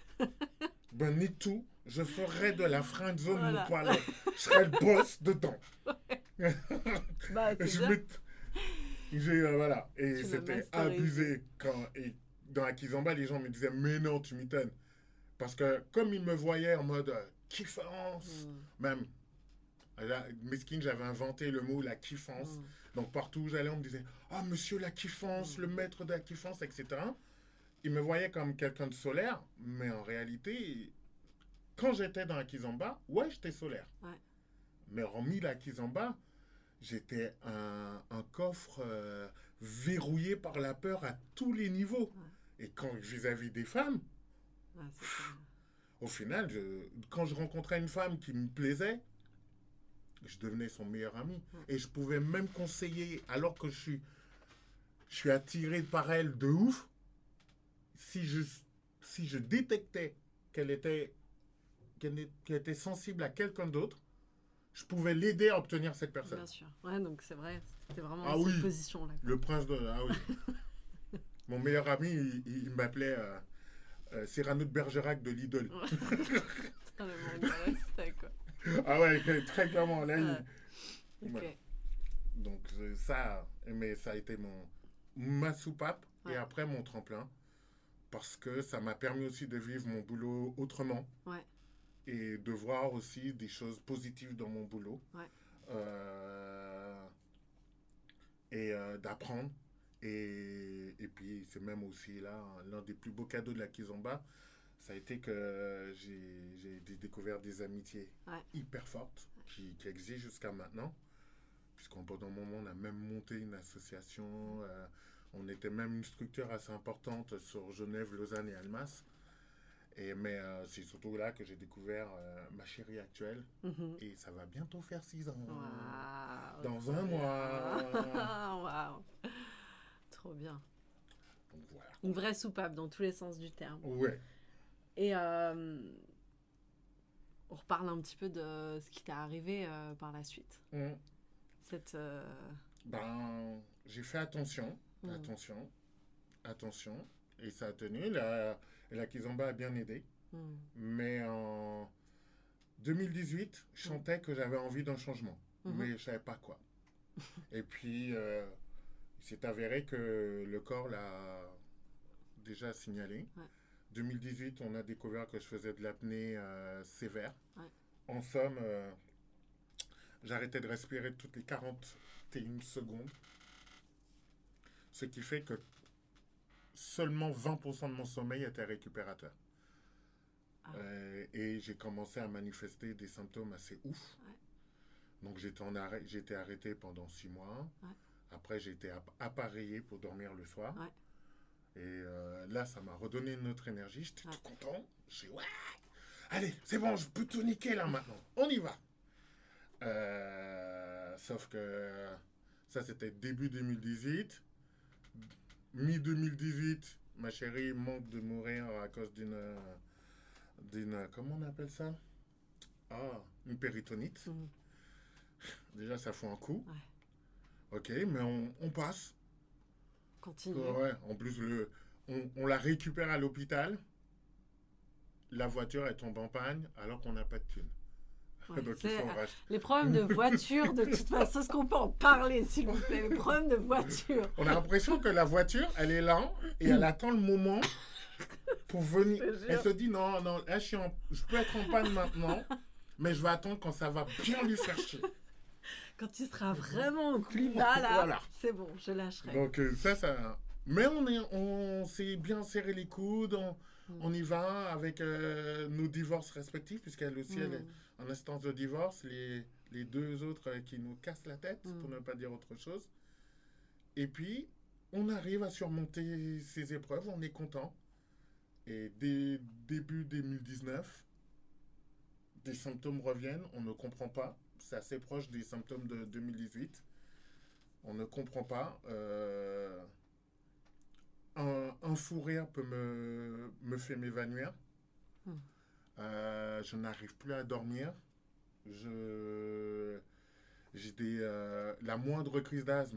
ben ni tout, je ferai de la friend zone voilà. mon poil. Je serai le boss dedans. Bah, c'est je met... J'ai, euh, voilà, et tu c'était abusé. Quand, et dans la kizomba, les gens me disaient, mais non, tu m'étonnes. Parce que comme ils me voyaient en mode euh, kiffance, mm. même... Là, mesquine, j'avais inventé le mot la kiffance. Mm. Donc, partout où j'allais, on me disait « Ah, monsieur la kiffance, mm. le maître de la kiffance, et cetera » Ils me voyaient comme quelqu'un de solaire, mais en réalité, quand j'étais dans la kizomba, ouais, j'étais solaire. Ouais. Mais hormis la kizomba, j'étais un, un coffre euh, verrouillé par la peur à tous les niveaux. Ouais. Et quand vis-à-vis des femmes, ouais, pff, au final, je, quand je rencontrais une femme qui me plaisait, je devenais son meilleur ami. Ouais. Et je pouvais même conseiller, alors que je suis, je suis attiré par elle de ouf, si je, si je détectais qu'elle était, qu'elle, qu'elle était sensible à quelqu'un d'autre, je pouvais l'aider à obtenir cette personne. Bien sûr. Ouais, donc c'est vrai, c'était vraiment ah cette oui, position-là. Le prince de... Ah oui. Mon meilleur ami, il, il m'appelait euh, euh, Cyrano de Bergerac de Lidl. Putain, le manque de respect, quoi. Ah ouais, très clairement. Là, ouais. il... Okay. Ouais. Donc ça, mais ça a été mon, ma soupape ouais. et après mon tremplin. Parce que ça m'a permis aussi de vivre mon boulot autrement. Ouais. Et de voir aussi des choses positives dans mon boulot. Ouais. Euh, et euh, d'apprendre. Et, et puis, c'est même aussi là, l'un des plus beaux cadeaux de la kizomba, ça a été que j'ai, j'ai découvert des amitiés ouais. hyper fortes qui, qui existent jusqu'à maintenant. Puisqu'on, pendant un moment, on a même monté une association. Euh, on était même une structure assez importante sur Genève, Lausanne et Almas. Et, mais euh, c'est surtout là que j'ai découvert euh, ma chérie actuelle. Mm-hmm. Et ça va bientôt faire six ans. Wow, dans un bien. mois. Waouh. Trop bien. Donc, voilà. Une vraie soupape dans tous les sens du terme. Ouais. Et euh, on reparle un petit peu de ce qui t'est arrivé euh, par la suite. Mm. Cette... Euh... Ben, j'ai fait attention. Mm. Attention. Attention. Et ça a tenu. La, la kizomba a bien aidé. Mm. Mais en deux mille dix-huit, je sentais mm. que j'avais envie d'un changement. Mm-hmm. Mais je ne savais pas quoi. Et puis, euh, il s'est avéré que le corps l'a déjà signalé. Ouais. deux mille dix-huit, on a découvert que je faisais de l'apnée euh, sévère. Ouais. En somme, euh, j'arrêtais de respirer toutes les quarante et une secondes. Ce qui fait que seulement vingt pour cent de mon sommeil était récupérateur. Ah. Euh, et j'ai commencé à manifester des symptômes assez ouf. Ouais. Donc j'étais, en arrêt, j'étais arrêté pendant six mois. Ouais. Après, j'ai été appareillé pour dormir le soir. Ouais. Et euh, là, ça m'a redonné une autre énergie. J'étais ouais. tout content. J'ai dit, ouais, allez, c'est bon, je peux tout niquer là maintenant. On y va. Euh, sauf que Ça, c'était début deux mille dix-huit. Mi-deux mille dix-huit, ma chérie manque de mourir à cause d'une... d'une comment on appelle ça? Ah, une péritonite. Mmh. Déjà, ça fout un coup. Ouais. Ok, mais on, on passe. Continue. Ouais, en plus, le, on, on la récupère à l'hôpital. La voiture, elle tombe en panne alors qu'on n'a pas de thune. Ouais, Donc, il faut euh, racheter. les problèmes de voiture, de toute façon, est-ce qu'on peut en parler, s'il vous plaît? Les problèmes de voiture. On a l'impression que la voiture, elle est là et elle attend le moment pour venir. Elle se dit non, non, là, je, suis en, je peux être en panne maintenant, mais je vais attendre quand ça va bien lui faire chier. Quand tu seras vraiment au plus bas, là, Voilà. c'est bon, je lâcherai. Donc, euh, ça, ça. Mais on, est, on s'est bien serré les coudes, on, mm. on y va avec euh, nos divorces respectifs, puisqu'elle aussi, mm. elle est en instance de divorce, les, les deux autres euh, qui nous cassent la tête, mm. pour ne pas dire autre chose. Et puis, on arrive à surmonter ces épreuves, on est content. Et dès début deux mille dix-neuf, des symptômes reviennent, on ne comprend pas. C'est assez proche des symptômes de deux mille dix-huit. On ne comprend pas. Euh, un, un fou rire peut me, me faire m'évanouir. Hmm. Euh, je n'arrive plus à dormir. Je, j'ai des, euh, la moindre crise d'asthme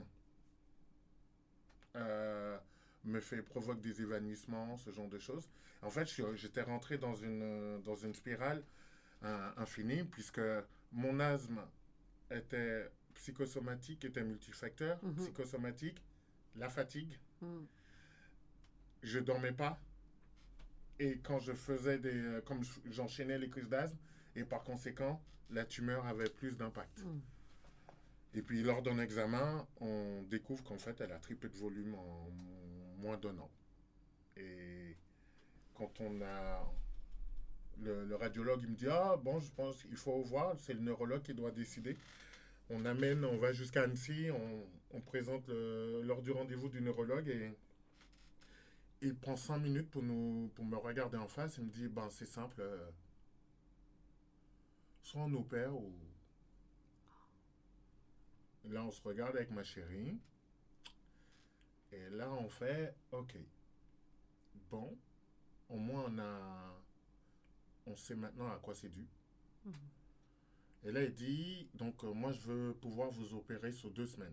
euh, me fait, provoque des évanouissements, ce genre de choses. En fait, je, j'étais rentré dans une, dans une spirale euh, infinie, puisque mon asthme était psychosomatique, était multifacteur, mm-hmm. psychosomatique, la fatigue. Mm. Je dormais pas. Et quand je faisais des... Euh, comme j'enchaînais les crises d'asthme, et par conséquent, la tumeur avait plus d'impact. Mm. Et puis, lors d'un examen, on découvre qu'en fait, elle a triplé de volume en moins d'un an. Et quand on a... Le, le radiologue, il me dit, ah, bon, je pense qu'il faut voir, c'est le neurologue qui doit décider. On amène, on va jusqu'à Annecy, on, on présente le, lors du rendez-vous du neurologue et il prend cinq minutes pour, nous, pour me regarder en face. Il me dit, ben, c'est simple, euh, soit on opère ou... Là, on se regarde avec ma chérie. Et là, on fait, ok, bon, au moins on a... On sait maintenant à quoi c'est dû. Mmh. Et là, il dit, donc, euh, moi, je veux pouvoir vous opérer sur deux semaines.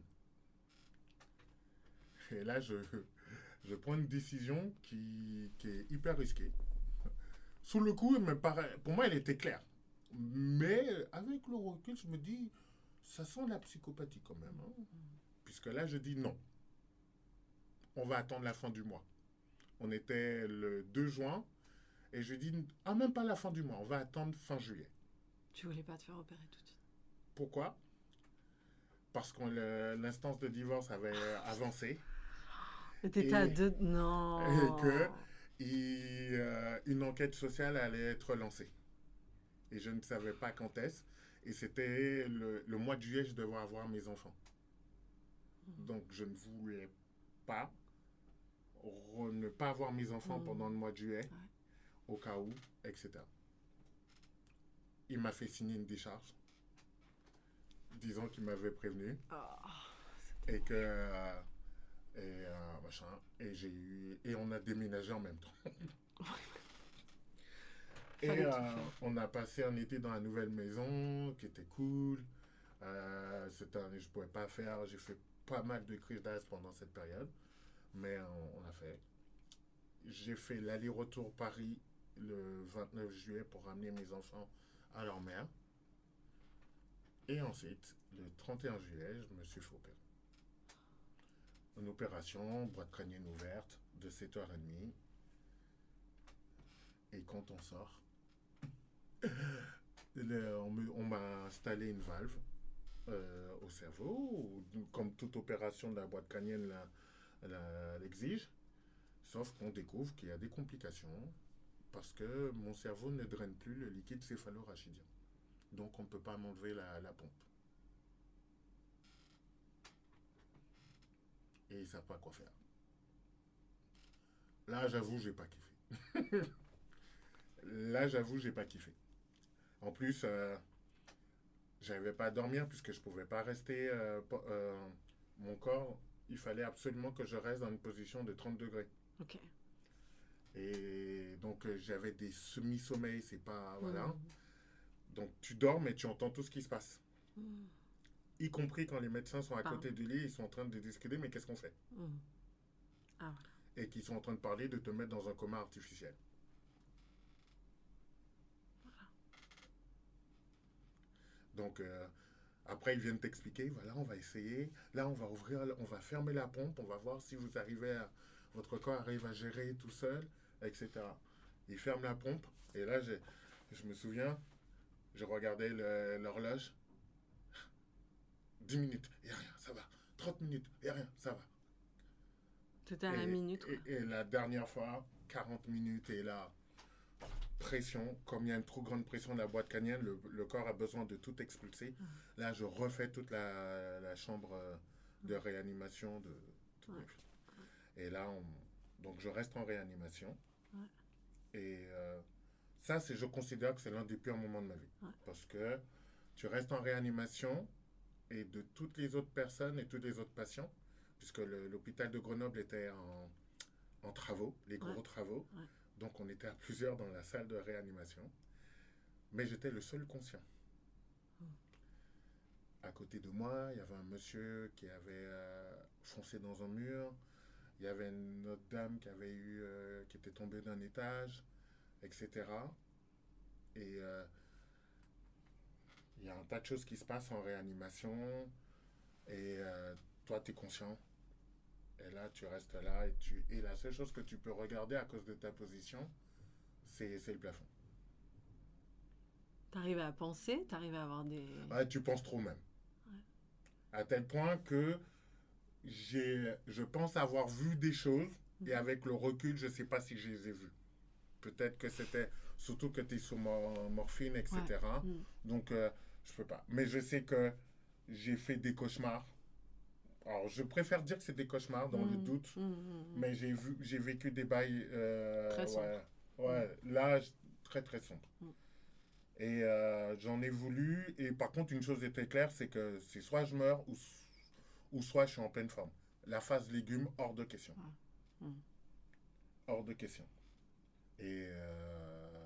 Et là, je, je prends une décision qui, qui est hyper risquée. Sous le coup, il me paraît, pour moi, elle était claire. Mais avec le recul, je me dis, ça sent la psychopathie quand même. Hein. Mmh. Puisque là, je dis non. On va attendre la fin du mois. On était le deux juin. Et je dis, ah, même pas la fin du mois, on va attendre fin juillet. Tu voulais pas te faire opérer tout de suite? Pourquoi? Parce que le, l'instance de divorce avait avancé. Mais t'étais à deux... Non. Et que et, euh, une enquête sociale allait être lancée. Et je ne savais pas quand est-ce. Et c'était le, le mois de juillet, je devais avoir mes enfants. Mmh. Donc, je ne voulais pas re, ne pas avoir mes enfants mmh. pendant le mois de juillet. Ouais. Au cas où, et cetera. Il m'a fait signer une décharge, disant qu'il m'avait prévenu, oh, et que euh, et euh, machin, et j'ai eu et on a déménagé en même temps. Et euh, on a passé un été dans la nouvelle maison, qui était cool. Euh, c'était un, je pouvais pas faire, j'ai fait pas mal de crises d'asthme pendant cette période, mais on, on a fait. J'ai fait l'aller-retour Paris le vingt-neuf juillet pour ramener mes enfants à leur mère. Et ensuite, le trente et un juillet, je me suis fait opérer. Une opération, boîte crânienne ouverte, de sept heures trente. Et quand on sort, le, on, me, on m'a installé une valve euh, au cerveau, comme toute opération de la boîte crânienne la, la, l'exige. Sauf qu'on découvre qu'il y a des complications parce que mon cerveau ne draine plus le liquide céphalorachidien. Donc, on ne peut pas m'enlever la, la pompe. Et ils ne savent pas quoi faire. Là, j'avoue, j'ai pas kiffé. Là, j'avoue, j'ai pas kiffé. En plus, euh, j'arrivais pas à dormir puisque je pouvais pas rester... Euh, euh, mon corps, il fallait absolument que je reste dans une position de trente degrés. Ok. Et donc, euh, j'avais des semi-sommeils, c'est pas... Voilà. Mm. Donc, tu dors, mais tu entends tout ce qui se passe. Mm. Y compris quand les médecins sont à Pardon. côté du lit, ils sont en train de discuter, mais qu'est-ce qu'on fait? Mm. Ah, voilà. Et qu'ils sont en train de parler de te mettre dans un coma artificiel. Voilà. Donc, euh, après, ils viennent t'expliquer, voilà, on va essayer. Là, on va ouvrir, on va fermer la pompe, on va voir si vous arrivez à... Votre corps arrive à gérer tout seul, et cetera. Ils ferment la pompe, et là, j'ai, je me souviens, je regardais le- l'horloge. dix minutes, il n'y a rien, ça va. trente minutes, il n'y a rien, ça va. Tout à la Et, minute. Quoi. et, et la dernière fois, quarante minutes, et là, pression, comme il y a une trop grande pression de la boîte crânienne, le, le corps a besoin de tout expulser. Mm. Là, je refais toute la, la chambre euh, de réanimation. De, tout Ouais. Et là, on, donc je reste en réanimation. Ouais. Et euh, ça, c'est, je considère que c'est l'un des pires moments de ma vie. Ouais. Parce que tu restes en réanimation et de toutes les autres personnes et tous les autres patients, puisque le, l'hôpital de Grenoble était en, en travaux, les gros Ouais. travaux. Ouais. Donc on était à plusieurs dans la salle de réanimation. Mais j'étais le seul conscient. Mm. À côté de moi, il y avait un monsieur qui avait euh, foncé dans un mur. Il y avait une autre dame qui avait eu, euh, qui était tombée d'un étage, et cetera. Et euh, il y a un tas de choses qui se passent en réanimation. Et euh, toi, tu es conscient. Et là, tu restes là. Et, tu... et la seule chose que tu peux regarder à cause de ta position, c'est, c'est le plafond. T'arrives à penser, t'arrives à avoir des... Ouais, tu penses trop même. Ouais. À tel point que j'ai, je pense avoir vu des choses. Mm. Et avec le recul, je ne sais pas si je les ai vues. Peut-être que c'était... Surtout que tu es sous mor- morphine, et cetera. Ouais. Mm. Donc, euh, je peux pas. Mais je sais que j'ai fait des cauchemars. Alors, je préfère dire que c'est des cauchemars, dans Mm. le doute. Mm, mm, mm. Mais j'ai, vu, j'ai vécu des bails... euh, Très sombres. Ouais, ouais là, j- très, très sombre. Mm. Et euh, j'en ai voulu. Et par contre, une chose était claire, c'est que c'est soit je meurs ou, ou soit je suis en pleine forme. La phase légumes, hors de question. Ouais. Mm. Hors de question. Et, euh,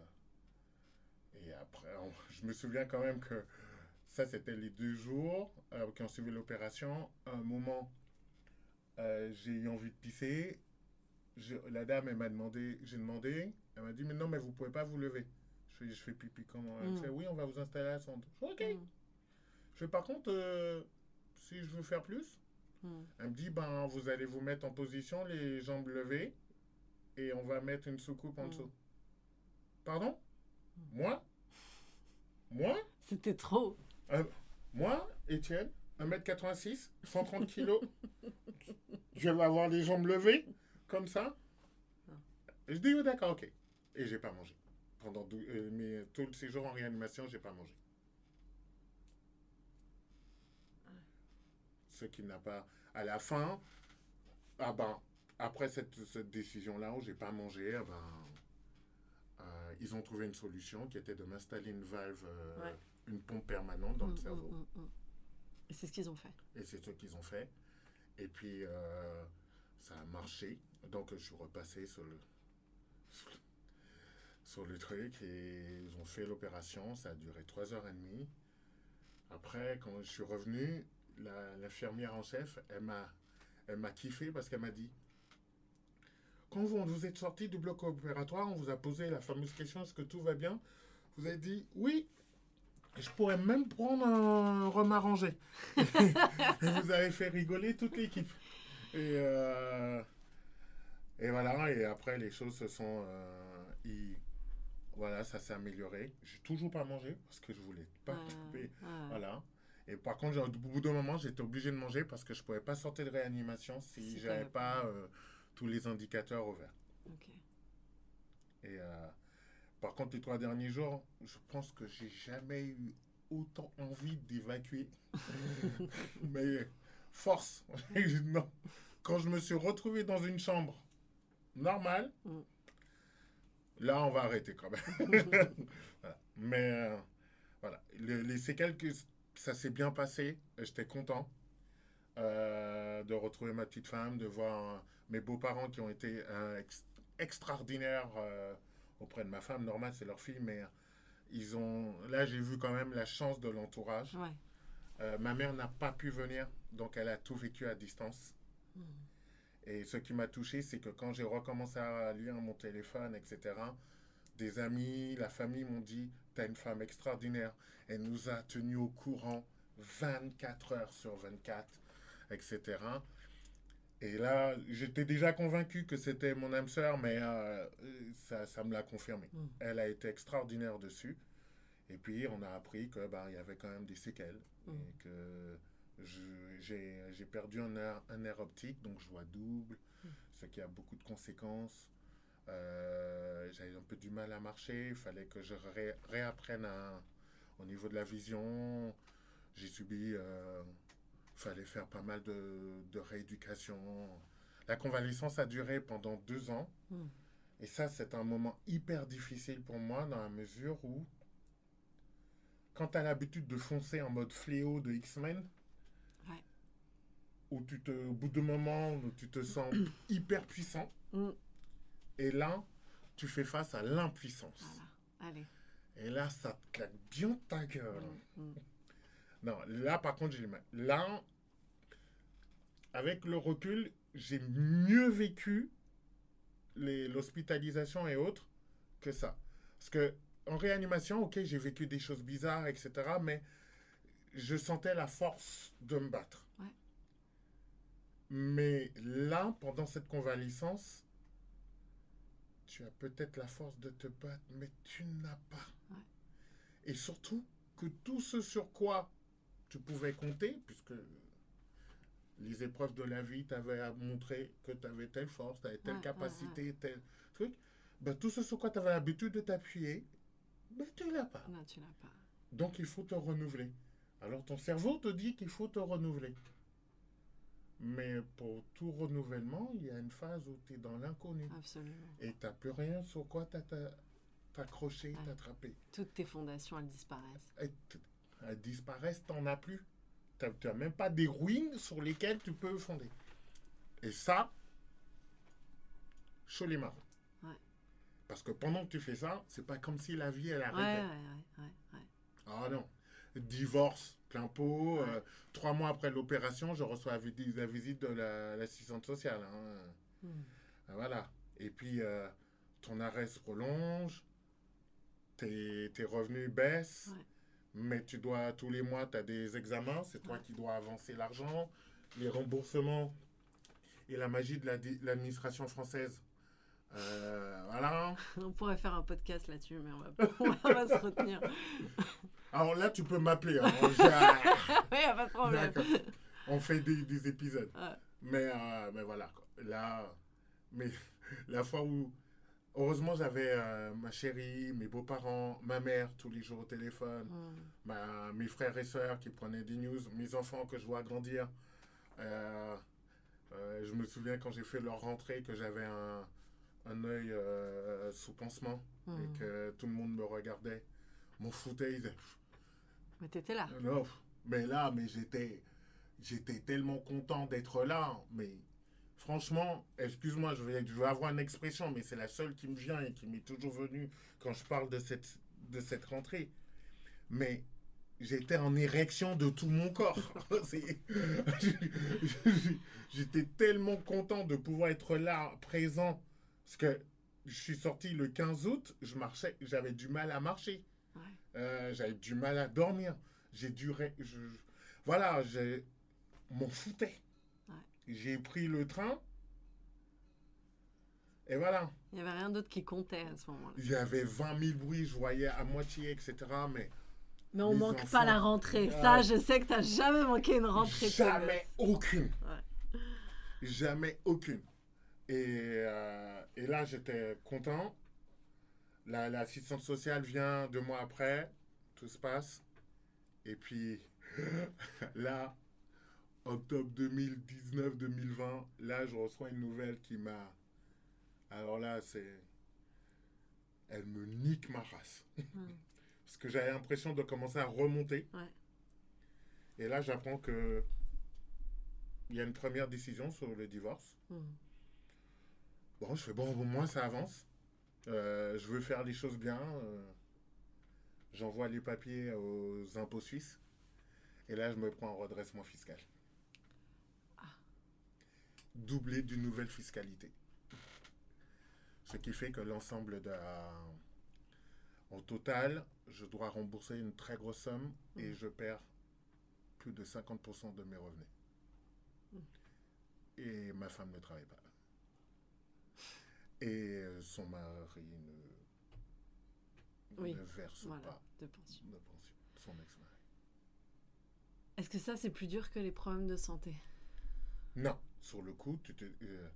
et après, on- je me souviens quand même que ça, c'était les deux jours euh, qui ont suivi l'opération. À un moment, euh, j'ai eu envie de pisser. Je- la dame, elle m'a demandé, j'ai demandé, elle m'a dit, mais non, mais vous pouvez pas vous lever. Je fais, je fais pipi comment? Elle me Mm. fait, oui, on va vous installer à la sonde. Je fais, ok. Mm. Je fais, par contre, euh, si je veux faire plus, Mm. elle me dit, ben, vous allez vous mettre en position, les jambes levées, et on va mettre une soucoupe en Mm. dessous. Pardon? Mm. Moi? Moi? C'était trop. Euh, moi, Étienne, un mètre quatre-vingt-six, cent trente kilos, je vais avoir les jambes levées, comme ça. Et je dis, oh, d'accord, ok. Et j'ai pas mangé. Pendant dou- euh, mes, tous ces jours en réanimation, j'ai pas mangé. Ce qui n'a pas... À la fin, ah ben, après cette, cette décision-là où j'ai pas mangé, ah ben, euh, ils ont trouvé une solution qui était de m'installer une valve, euh, Ouais. une pompe permanente dans Mm, le cerveau. mm, mm, mm. Et c'est ce qu'ils ont fait. Et c'est ce qu'ils ont fait. Et puis, euh, ça a marché. Donc, je suis repassé sur le, sur le, sur le truc et ils ont fait l'opération. Ça a duré trois heures et demie. Après, quand je suis revenu, la, l'infirmière en chef, elle m'a, elle m'a kiffé parce qu'elle m'a dit, quand vous, vous êtes sorti du bloc opératoire, on vous a posé la fameuse question, est-ce que tout va bien? Vous avez dit, oui, je pourrais même prendre un rhum arrangé. Et vous avez fait rigoler toute l'équipe. Et, euh, et voilà, et après les choses se sont... Euh, y- voilà, ça s'est amélioré. J'ai toujours pas mangé parce que je voulais pas Ouais, couper. ouais. Voilà. Et par contre, j'ai- au bout d'un moment, j'étais obligé de manger parce que je pouvais pas sortir de réanimation si Si j'avais t'avais pas pas- euh, tous les indicateurs ouverts. Ok. Et euh, par contre, les trois derniers jours, je pense que j'ai jamais eu autant envie d'évacuer. Mais force. Non. Quand je me suis retrouvé dans une chambre normale, Mm. là, on va arrêter quand même. Voilà. Mais euh, voilà, les, les séquelles, que ça s'est bien passé. J'étais content. euh, de retrouver ma petite femme, de voir euh, mes beaux-parents qui ont été euh, ex- extraordinaires euh, auprès de ma femme. Normal, c'est leur fille, mais ils ont... Là, j'ai vu quand même la chance de l'entourage. Ouais. Euh, ma mère n'a pas pu venir, donc elle a tout vécu à distance. Mm. Et ce qui m'a touché, c'est que quand j'ai recommencé à lire mon téléphone, et cetera, des amis, la famille m'ont dit « T'as une femme extraordinaire. Elle nous a tenus au courant vingt-quatre heures sur vingt-quatre, et cetera » Et là, j'étais déjà convaincu que c'était mon âme sœur, mais euh, ça, ça me l'a confirmé. Mm. Elle a été extraordinaire dessus. Et puis, on a appris qu'il bah, y avait quand même des séquelles. Mm. Et que je- j'ai j'ai perdu un nerf, un nerf optique, donc je vois double, Mm. ce qui a beaucoup de conséquences. Euh, j'avais un peu du mal à marcher. Il fallait que je ré, réapprenne à, au niveau de la vision. J'ai subi... Euh, il fallait faire pas mal de, de rééducation. La convalescence a duré pendant deux ans. Mm. Et ça, c'est un moment hyper difficile pour moi dans la mesure où, quand tu as l'habitude de foncer en mode fléau de X-Men, Ouais. où tu te, au bout d'un moment, où tu te sens hyper puissant, Mm. et là, tu fais face à l'impuissance. Voilà. Allez. Et là, ça te claque bien ta gueule. Mm. Mm. Non, là, par contre, j'ai le mal. Là, avec le recul, j'ai mieux vécu les- l'hospitalisation et autres que ça. Parce que en réanimation, ok, j'ai vécu des choses bizarres, et cetera, mais je sentais la force de me battre. Ouais. Mais là, pendant cette convalescence, tu as peut-être la force de te battre, mais tu n'as pas. Ouais. Et surtout, que tout ce sur quoi tu pouvais compter, puisque les épreuves de la vie t'avaient montré que tu avais telle force, tu avais telle Ouais, capacité, ouais, ouais. tel truc, ben, tout ce sur quoi tu avais l'habitude de t'appuyer, ben, tu ne l'as pas. Non, tu l'as pas. Donc, il faut te renouveler. Alors, ton cerveau te dit qu'il faut te renouveler. Mais pour tout renouvellement, il y a une phase où tu es dans l'inconnu. Absolument. Et tu n'as plus rien sur quoi t'accrocher, Ouais. t'attraper. Toutes tes fondations, elles disparaissent. Et t- elles disparaissent, tu n'en as plus. Tu n'as même pas des ruines sur lesquelles tu peux fonder. Et ça, chaud les marrons. Ouais. Parce que pendant que tu fais ça, c'est pas comme si la vie, elle Ouais, arrêtait. ouais, ouais, ouais, ouais. Ah non. Divorce, plein pot. Ouais. euh, trois mois après l'opération, je reçois la, vi- la visite de la- l'assistante sociale. Hein. Mm. Ah, voilà. Et puis, euh, ton arrêt se prolonge. Tes, tes revenus baissent. Ouais. Mais tu dois, tous les mois, tu as des examens. C'est toi Ouais. qui dois avancer l'argent. Les remboursements et la magie de la di- l'administration française. Euh, voilà. On pourrait faire un podcast là-dessus, mais on va, on va se retenir. Alors là, tu peux m'appeler. Hein. J'ai- Oui, y a pas de problème. D'accord. On fait des, des épisodes. Ouais. Mais, euh, mais voilà. Quoi. Là, mais la fois où... Heureusement, j'avais euh, ma chérie, mes beaux-parents, ma mère tous les jours au téléphone, Mm. ma, mes frères et sœurs qui prenaient des news, mes enfants que je vois grandir. Euh, euh, je me souviens quand j'ai fait leur rentrée que j'avais un, un œil euh, sous pansement Mm. et que tout le monde me regardait, m'en foutait. Ils disaient, Mais t'étais là. non, pff, mais là, mais j'étais, j'étais tellement content d'être là. Mais franchement, excuse-moi, je vais, je vais avoir une expression, mais c'est la seule qui me vient et qui m'est toujours venue quand je parle de cette, de cette rentrée. Mais j'étais en érection de tout mon corps. C'est- J'étais tellement content de pouvoir être là, présent, parce que je suis sorti le quinze août, je marchais, j'avais du mal à marcher. Ouais. Euh, j'avais du mal à dormir. J'ai dû... ré- je- Voilà, je m'en foutais. Ouais. J'ai pris le train. Et voilà. Il n'y avait rien d'autre qui comptait à ce moment-là. Il y avait vingt mille bruits, je voyais à moitié, et cetera. Mais Mais on Les manque enfants. pas la rentrée. Ouais. Ça, je sais que t'as jamais manqué une rentrée. de tes jamais gosses. aucune. Ouais. Jamais aucune. Et, euh, et là, j'étais content. La, l'assistante sociale vient deux mois après. Tout se passe. Et puis, là, octobre deux mille dix-neuf deux mille vingt, là, je reçois une nouvelle qui m'a... Alors là, c'est... Elle me nique ma race. Mm. Parce que j'avais l'impression de commencer à remonter. Ouais. Et là, j'apprends que il y a une première décision sur le divorce. Mm. Bon, je fais, bon, au moins ça avance. Euh, je veux faire les choses bien. Euh, j'envoie les papiers aux impôts suisses. Et là, je me prends en redressement fiscal. Ah. Doublé d'une nouvelle fiscalité. Ce qui fait que l'ensemble de la... En total, je dois rembourser une très grosse somme mm. et je perds plus de cinquante pour cent de mes revenus. Mm. Et ma femme ne travaille pas. Et son mari ne, oui. ne verse voilà, pas de pension. de pension. Son ex-mari. Est-ce que ça, c'est plus dur que les problèmes de santé? Non. Sur le coup, tu te... Euh,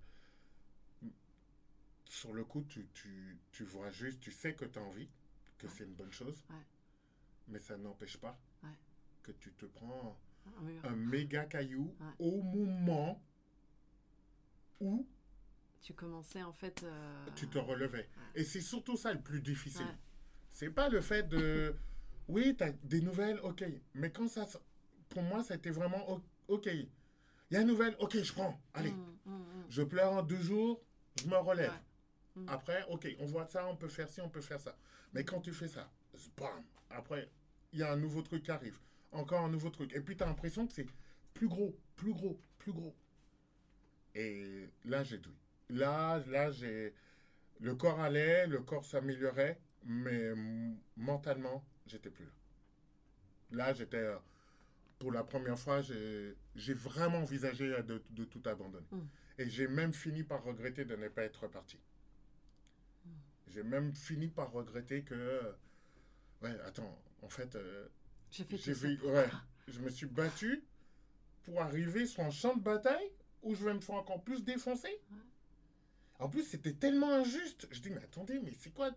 sur le coup, tu, tu, tu vois juste, tu sais que tu as envie, que ouais. c'est une bonne chose, ouais. mais ça n'empêche pas ouais. que tu te prends un, mur. un méga caillou ouais. au moment où tu commençais en fait... Euh... tu te relevais. Ouais. Et c'est surtout ça le plus difficile. Ouais. C'est pas le fait de... oui, tu as des nouvelles, ok. Mais quand ça... Pour moi, ça a été vraiment ok. Il y a une nouvelle, ok, je prends. Allez. Mmh, mmh, mmh. Je pleure en deux jours, je me relève. Ouais. Mmh. Après, ok, on voit ça, on peut faire ci, on peut faire ça. Mais quand tu fais ça, bam, après, il y a un nouveau truc qui arrive. Encore un nouveau truc. Et puis, tu as l'impression que c'est plus gros, plus gros, plus gros. Et là, j'ai doué. Là, là, j'ai... Le corps allait, le corps s'améliorait, mais m- mentalement, j'étais plus là. Là, j'étais... Pour la première fois, j'ai, j'ai vraiment envisagé de, de tout abandonner. Mm. Et j'ai même fini par regretter de ne pas être parti. Mm. J'ai même fini par regretter que... Ouais, attends, en fait... Euh, j'ai fait j'ai tout vu, ça. ouais, je me suis battu pour arriver sur un champ de bataille où je vais me faire encore plus défoncer. Ouais. En plus, c'était tellement injuste. Je dis, mais attendez, mais c'est quoi?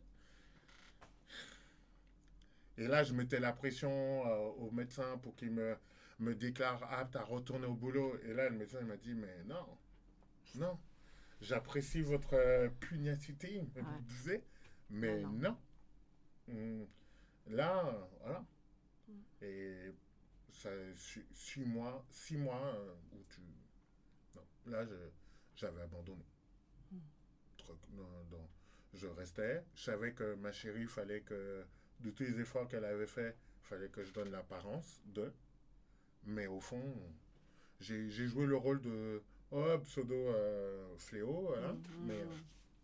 Et là, je mettais la pression euh, au médecin pour qu'il me, me déclare apte à retourner au boulot. Et là, le médecin il m'a dit, mais non, non. J'apprécie votre euh, pugnacité, il me ouais. disait, mais non. non. Hum, là, voilà. Hum. Et ça, six, six mois, six mois euh, où tu... Non, là, je, j'avais abandonné. Hum. Truc, non, non. Je restais. Je savais que ma chérie, il fallait que... De tous les efforts qu'elle avait fait, il fallait que je donne l'apparence de. Mais au fond, j'ai, j'ai joué le rôle de oh, pseudo euh, fléau. Voilà. Mm-hmm. Mais euh,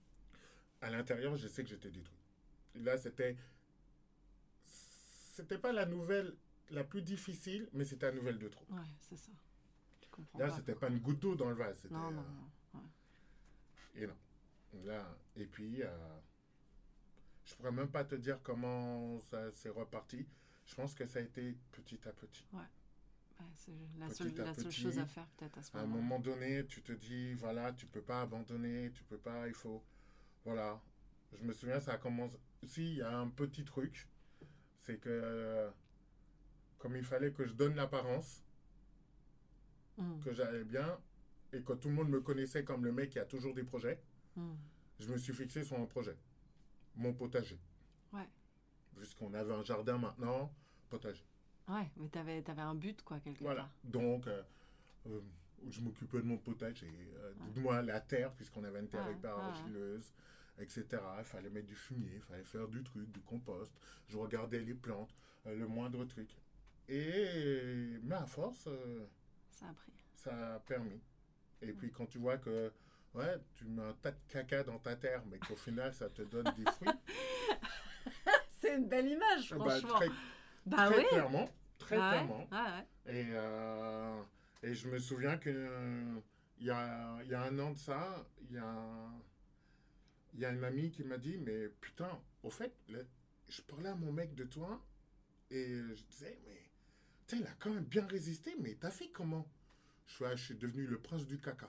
à l'intérieur, je sais que j'étais détruit. Là, c'était. C'était pas la nouvelle la plus difficile, mais c'était la nouvelle de trop. Ouais, c'est ça. Tu comprends Là, pas c'était pourquoi. pas une goutte d'eau dans le vase. C'était, non, non, euh, non. Ouais. Et non. Là, et puis. Euh, Je ne pourrais même pas te dire comment ça s'est reparti. Je pense que ça a été petit à petit. Ouais. ouais c'est la, seule, la petit, seule chose à faire peut-être à ce moment-là. À un moment donné, tu te dis, voilà, tu ne peux pas abandonner, tu ne peux pas, il faut... Voilà. Je me souviens, ça commence... Si, il y a un petit truc. C'est que, euh, comme il fallait que je donne l'apparence, mm. que j'allais bien, et que tout le monde me connaissait comme le mec qui a toujours des projets, mm. je me suis fixé sur un projet. Mon potager. Ouais. Puisqu'on avait un jardin maintenant, potager. Ouais, mais t'avais, t'avais un but, quoi, quelque voilà. part. Donc, euh, euh, je m'occupais de mon potager, euh, ouais. de moi, la terre, puisqu'on avait une terre ouais. hyper argileuse, ouais. et cetera. Il fallait mettre du fumier, il fallait faire du truc, du compost. Je regardais les plantes, euh, le moindre truc. Et, mais à force, euh, ça a pris. Ça a permis. Et ouais. puis, quand tu vois que ouais, tu mets un tas de caca dans ta terre, mais qu'au final, ça te donne des fruits. C'est une belle image, franchement. Bah, très bah, très oui. clairement. Très ah clairement. Ouais. Ah ouais. Et, euh, et je me souviens qu'il euh, y, a, y a un an de ça, il y a, y a une amie qui m'a dit, mais putain, au fait, le, je parlais à mon mec de toi, et je disais, mais il a quand même bien résisté, mais t'as fait comment? Je suis, je suis devenu le prince du caca.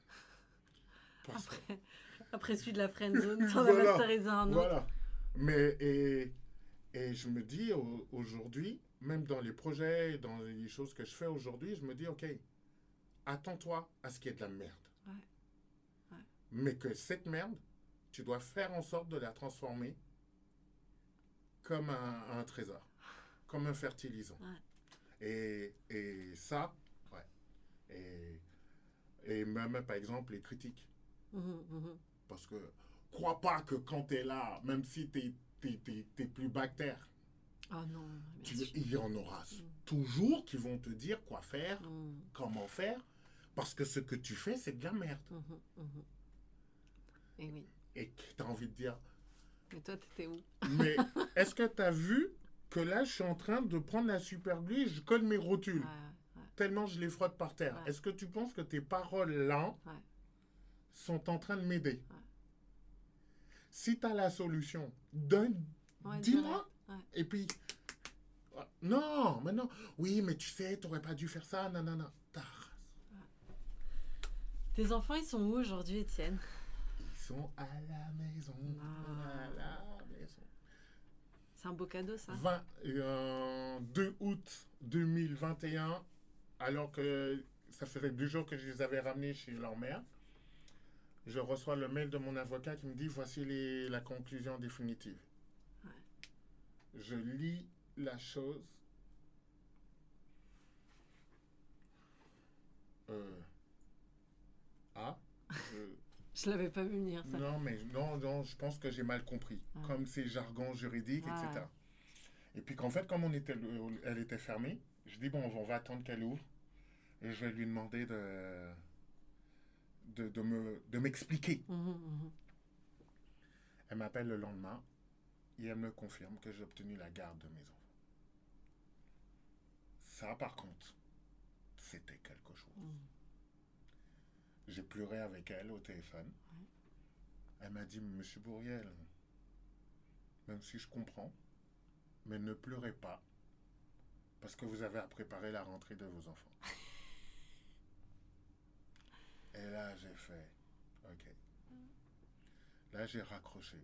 Après, après celui de la friendzone, t'en voilà, as masterisé un autre. Voilà. Mais, et, et je me dis, au, aujourd'hui, même dans les projets, dans les choses que je fais aujourd'hui, je me dis, OK, attends-toi à ce qu'il y ait de la merde. Ouais. Ouais. Mais que cette merde, tu dois faire en sorte de la transformer comme un, un trésor, comme un fertilisant. Ouais. Et, et ça, ouais. Et Et même, par exemple, les critiques. Mmh, mmh. Parce que, crois pas que quand tu es là, même si tu es plus bactère, oh non, tu, bien sûr. il y en aura Mm. toujours qui vont te dire quoi faire, Mm. comment faire, parce que ce que tu fais, c'est de la merde. Mmh, mmh. Et oui. Et tu as envie de dire, Mais toi, t'étais où? mais est-ce que tu as vu que là, je suis en train de prendre la super glue et je colle mes rotules, Ouais, ouais, tellement je les frotte par terre. Ouais. Est-ce que tu penses que tes paroles là ouais. sont en train de m'aider? Ouais. Si tu as la solution, donne, Ouais, dis-moi. Ouais. Et puis, non, mais non. Oui, mais tu sais, tu n'aurais pas dû faire ça, non, non, non. Ta race. Tes enfants, ils sont où aujourd'hui, Étienne? Ils sont à la maison. Ah. À la maison. C'est un beau cadeau, ça. vingt, euh, deux août deux mille vingt et un, alors que ça faisait deux jours que je les avais ramenés chez leur mère, je reçois le mail de mon avocat qui me dit voici les, la conclusion définitive. Ouais. Je lis la chose. Euh, ah, je, Je l'avais pas vu venir, ça. non, mais non, non, je pense que j'ai mal compris. Ouais. Comme ces jargons juridiques, Ouais. et cetera. Et puis qu'en fait, comme on était, elle était fermée, je dis bon, on va attendre qu'elle ouvre. Et je vais lui demander de, de, de, me, de m'expliquer. Mmh, mmh. Elle m'appelle le lendemain et elle me confirme que j'ai obtenu la garde de mes enfants. Ça, par contre, c'était quelque chose. Mmh. J'ai pleuré avec elle au téléphone. Ouais. Elle m'a dit, Monsieur Bourriel, même si je comprends, mais ne pleurez pas parce que vous avez à préparer la rentrée de vos enfants. Et là, j'ai fait, ok. Là, j'ai raccroché.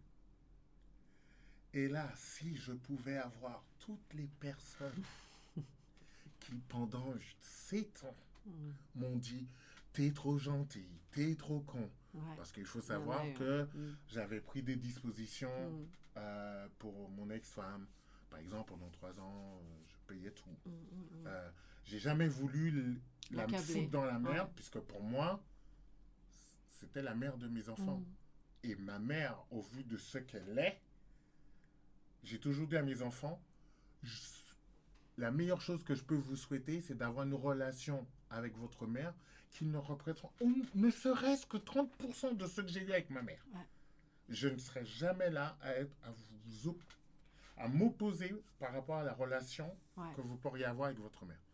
Et là, si je pouvais avoir toutes les personnes qui, pendant sept ans, Mmh. m'ont dit, t'es trop gentil, t'es trop con. Ouais. Parce qu'il faut savoir Ouais, que mmh. j'avais pris des dispositions Mmh. euh, pour mon ex-femme. Par exemple, pendant trois ans, euh, je payais tout. Mmh, mmh. Euh, j'ai jamais voulu l- la me L'accabler. foutre dans la merde, Ouais. puisque pour moi, c'était la mère de mes enfants. Mmh. Et ma mère, au vu de ce qu'elle est, j'ai toujours dit à mes enfants, je- la meilleure chose que je peux vous souhaiter, c'est d'avoir une relation avec votre mère qui ne représente ne serait-ce que trente pour cent de ce que j'ai eu avec ma mère. Ouais. Je ne serai jamais là à, être, à, vous, op- à m'opposer par rapport à la relation Ouais. que vous pourriez avoir avec votre mère.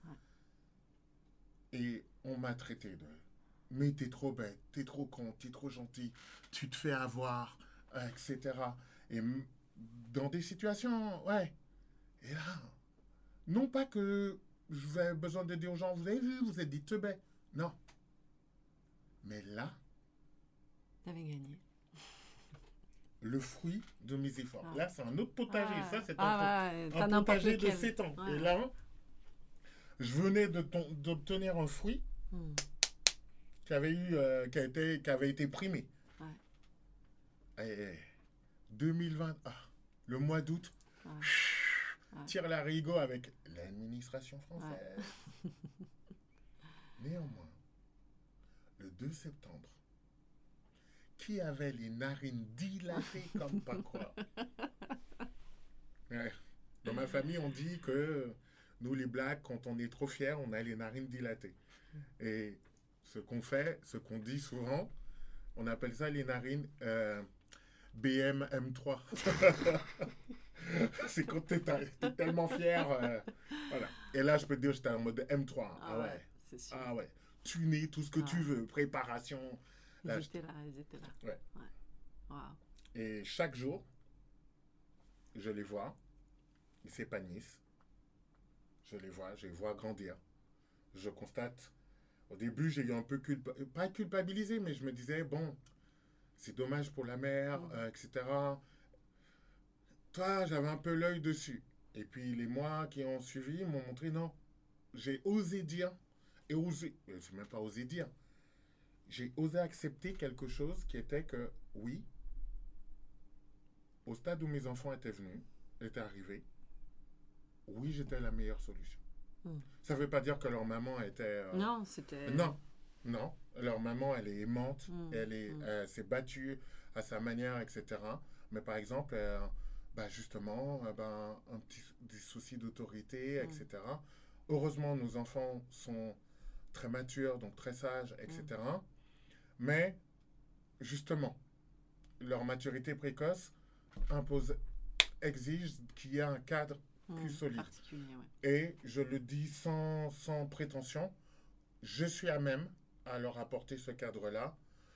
Ouais. Et on m'a traité de « mais t'es trop bête, t'es trop con, t'es trop gentil, tu te fais avoir, euh, et cetera » Et m- dans des situations, ouais. Et là, non pas que j'avais besoin de dire aux gens « vous avez vu, vous êtes des teubés ». Non. Mais là, T'avais gagné. le fruit de mes efforts. Ah. Là, c'est un autre potager. Ah, Ça, c'est ah, un, ouais, po- pas un n'importe potager de lequel. sept ans. Ouais. Et là, je venais de ton- d'obtenir un fruit Mmh. qui avait, eu, euh, qui a été, qui avait été primé. Ouais. Et deux mille vingt, ah, le mois d'août, Ouais. Ouais. tire la rigo avec l'administration française. Néanmoins, le deux septembre, qui avait les narines dilatées comme pas quoi. Ouais. Dans ma famille, on dit que nous, les Blacks, quand on est trop fiers, on a les narines dilatées. Et ce qu'on fait, ce qu'on dit souvent, on appelle ça les narines euh, B M M trois. C'est quand tu es tellement fier. Euh, voilà. Et là, je peux te dire, j'étais en mode M trois. Ah, Ah ouais. ouais, c'est sûr. Ah ouais. Tuner, tout ce que Ah. tu veux. Préparation. Ils Là, étaient là, ils étaient là. Ouais. Ouais. Waouh. Et chaque jour, je les vois. Ils s'épanouissent. Je les vois, je les vois grandir. Je constate. Au début, j'ai eu un peu culpa... pas culpabilisé, mais je me disais, bon, c'est dommage pour la mère, Mmh. euh, et cetera. Toi, j'avais un peu l'œil dessus. Et puis les mois qui ont suivi m'ont montré, non, j'ai osé dire, et osé, euh, c'est même pas osé dire, j'ai osé accepter quelque chose qui était que, oui, au stade où mes enfants étaient venus, étaient arrivés, oui, j'étais la meilleure solution. Mm. Ça ne veut pas dire que leur maman était... euh, Non, c'était... Non, Non, leur maman, elle est aimante, Mm, elle est, mm, euh, s'est battue à sa manière, et cetera. Mais par exemple, euh, bah justement, euh, ben, un petit des soucis d'autorité, mm, et cetera. Heureusement, nos enfants sont très matures, donc très sages, mm, et cetera. Mais justement, leur maturité précoce impose, exige qu'il y ait un cadre plus mm. solide. Particulier, ouais. Et je le dis sans, sans prétention, je suis à même à leur apporter ce cadre-là.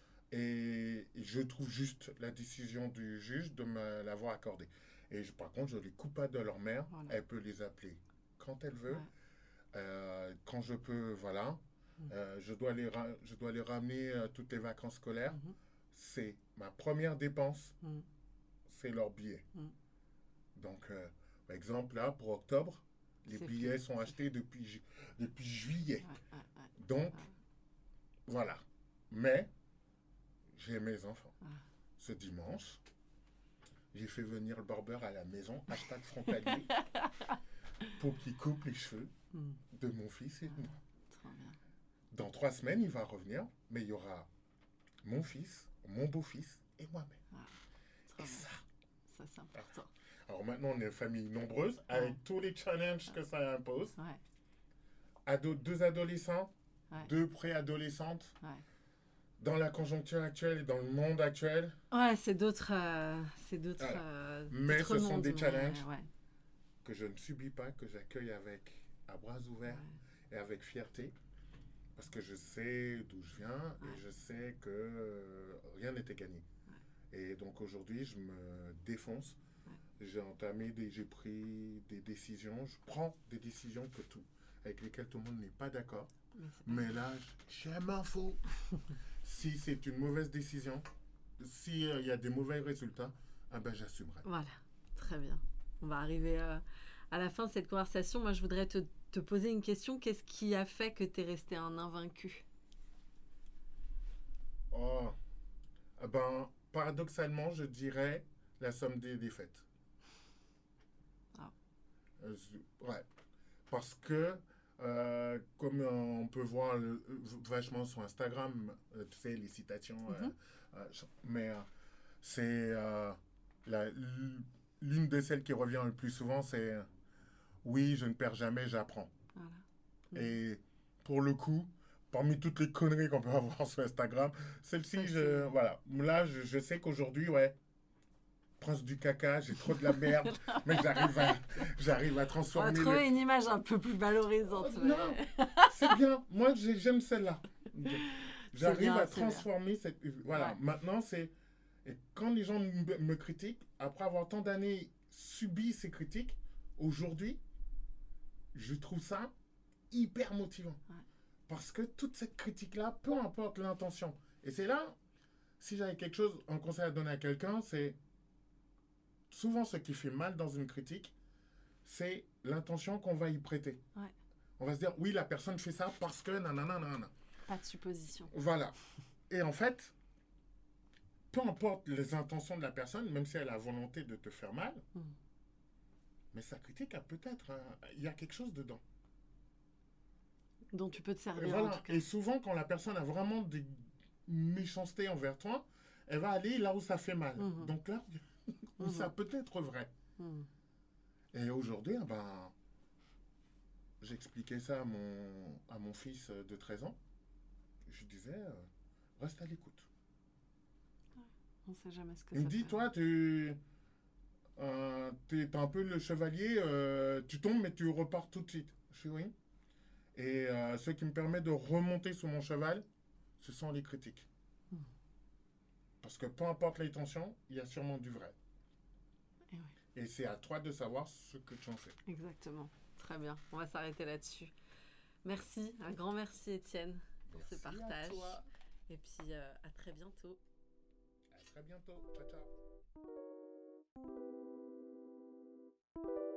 Et je trouve juste la décision du juge de me l'avoir accordée. Et je- par contre, je les coupe pas de leur mère. Voilà. Elle peut les appeler quand elle veut. Ouais. Euh, quand je peux, voilà. Mm, Euh, je dois les, ra- je dois les ramener euh, toutes les vacances scolaires. mhm, C'est ma première dépense, mm, c'est leur billet. mm. Donc, euh, par exemple, là, pour octobre, les C'est billets fait. sont C'est achetés depuis, ju- depuis juillet. Ouais, ouais, ouais. Donc, Ouais. voilà. Mais, j'ai mes enfants. Ah. Ce dimanche, j'ai fait venir le barbeur à la maison, hashtag frontalier, pour qu'il coupe les cheveux Mm. de mon fils et de moi. Trop bien. Dans trois semaines, il va revenir, mais il y aura mon fils, mon beau-fils et moi-même. Ah, trop Et bien. ça. Ça, c'est important. Alors maintenant, on est une famille nombreuse, avec Ouais. tous les challenges que ça impose. Ouais, Ado- deux adolescents, ouais, deux préadolescentes. ouais. Dans la conjoncture actuelle et dans le monde actuel, Ouais, c'est d'autres, euh, c'est d'autres, Voilà. euh, Mais d'autres ce sont mondes, des mais, challenges. ouais, que je ne subis pas, que j'accueille avec à bras ouverts ouais. et avec fierté, parce que je sais d'où je viens Ouais. et je sais que euh, rien n'était gagné. Et donc aujourd'hui, je me défonce. Ouais. J'ai entamé, des, j'ai pris des décisions, je prends des décisions que tout, avec lesquelles tout le monde n'est pas d'accord. Mais c'est pas Mais là, je m'en fous. Si c'est une mauvaise décision, s'il y a des mauvais résultats, ah ben j'assumerai. Voilà, très bien. On va arriver euh, à la fin de cette conversation. Moi, je voudrais te, te poser une question. Qu'est-ce qui a fait que tu es resté un invaincu? Oh, ah ben, paradoxalement, je dirais la somme des défaites. Ah. Euh, je- ouais. Parce que, euh, comme euh, on peut voir le- euh, vachement sur Instagram, euh, tu sais, les citations, euh, Mhm. euh, mais euh, c'est euh, la- l'une de celles qui revient le plus souvent, c'est euh, oui, je ne perds jamais, j'apprends. Voilà. Mhm. Et pour le coup, parmi toutes les conneries qu'on peut avoir sur Instagram, celle-ci, Ça, je, c'est- voilà. Là, je, je sais qu'aujourd'hui, ouais, prince du caca, j'ai trop de la merde, mais j'arrive à, j'arrive à On va transformer trouver le... une image un peu plus valorisante. Oh, mais- non, c'est bien. Moi, j'ai- j'aime celle-là. J'arrive bien, à c'est bien. transformer cette... Voilà, Ouais. maintenant, c'est... Et quand les gens me, me critiquent, après avoir tant d'années subi ces critiques, aujourd'hui, je trouve ça hyper motivant. Ouais. Parce que toute cette critique-là, peu importe l'intention. Et c'est là, si j'avais quelque chose, un conseil à donner à quelqu'un, c'est souvent ce qui fait mal dans une critique, c'est l'intention qu'on va y prêter. Ouais. On va se dire, oui, la personne fait ça parce que nanana, nanana. Pas de supposition. Voilà. Et en fait, peu importe les intentions de la personne, même si elle a la volonté de te faire mal, Mm. mais sa critique a peut-être, euh, il y a quelque chose dedans. Dont tu peux te Et, servir en voilà. tout cas. Et souvent, quand la personne a vraiment des méchancetés envers toi, elle va aller là où ça fait mal. Mhm. Donc là où Mhm. ça peut être vrai. Mm. Et aujourd'hui, ah ben, j'expliquais ça à mon, à mon fils de treize ans. Je disais, euh, reste à l'écoute. On sait jamais ce que Il me ça dit, fait. toi, tu euh, es un peu le chevalier, euh, tu tombes, mais tu repars tout de suite. Je dis oui. Et euh, ce qui me permet de remonter sur mon cheval, ce sont les critiques. Mm. Parce que peu importe l'intention, il y a sûrement du vrai. Et oui. Et c'est à toi de savoir ce que tu en fais. Exactement. Très bien. On va s'arrêter là-dessus. Merci. Un grand merci, Étienne, pour Merci ce à partage. toi. Et puis, euh, à très bientôt. À très bientôt. Ciao, ciao.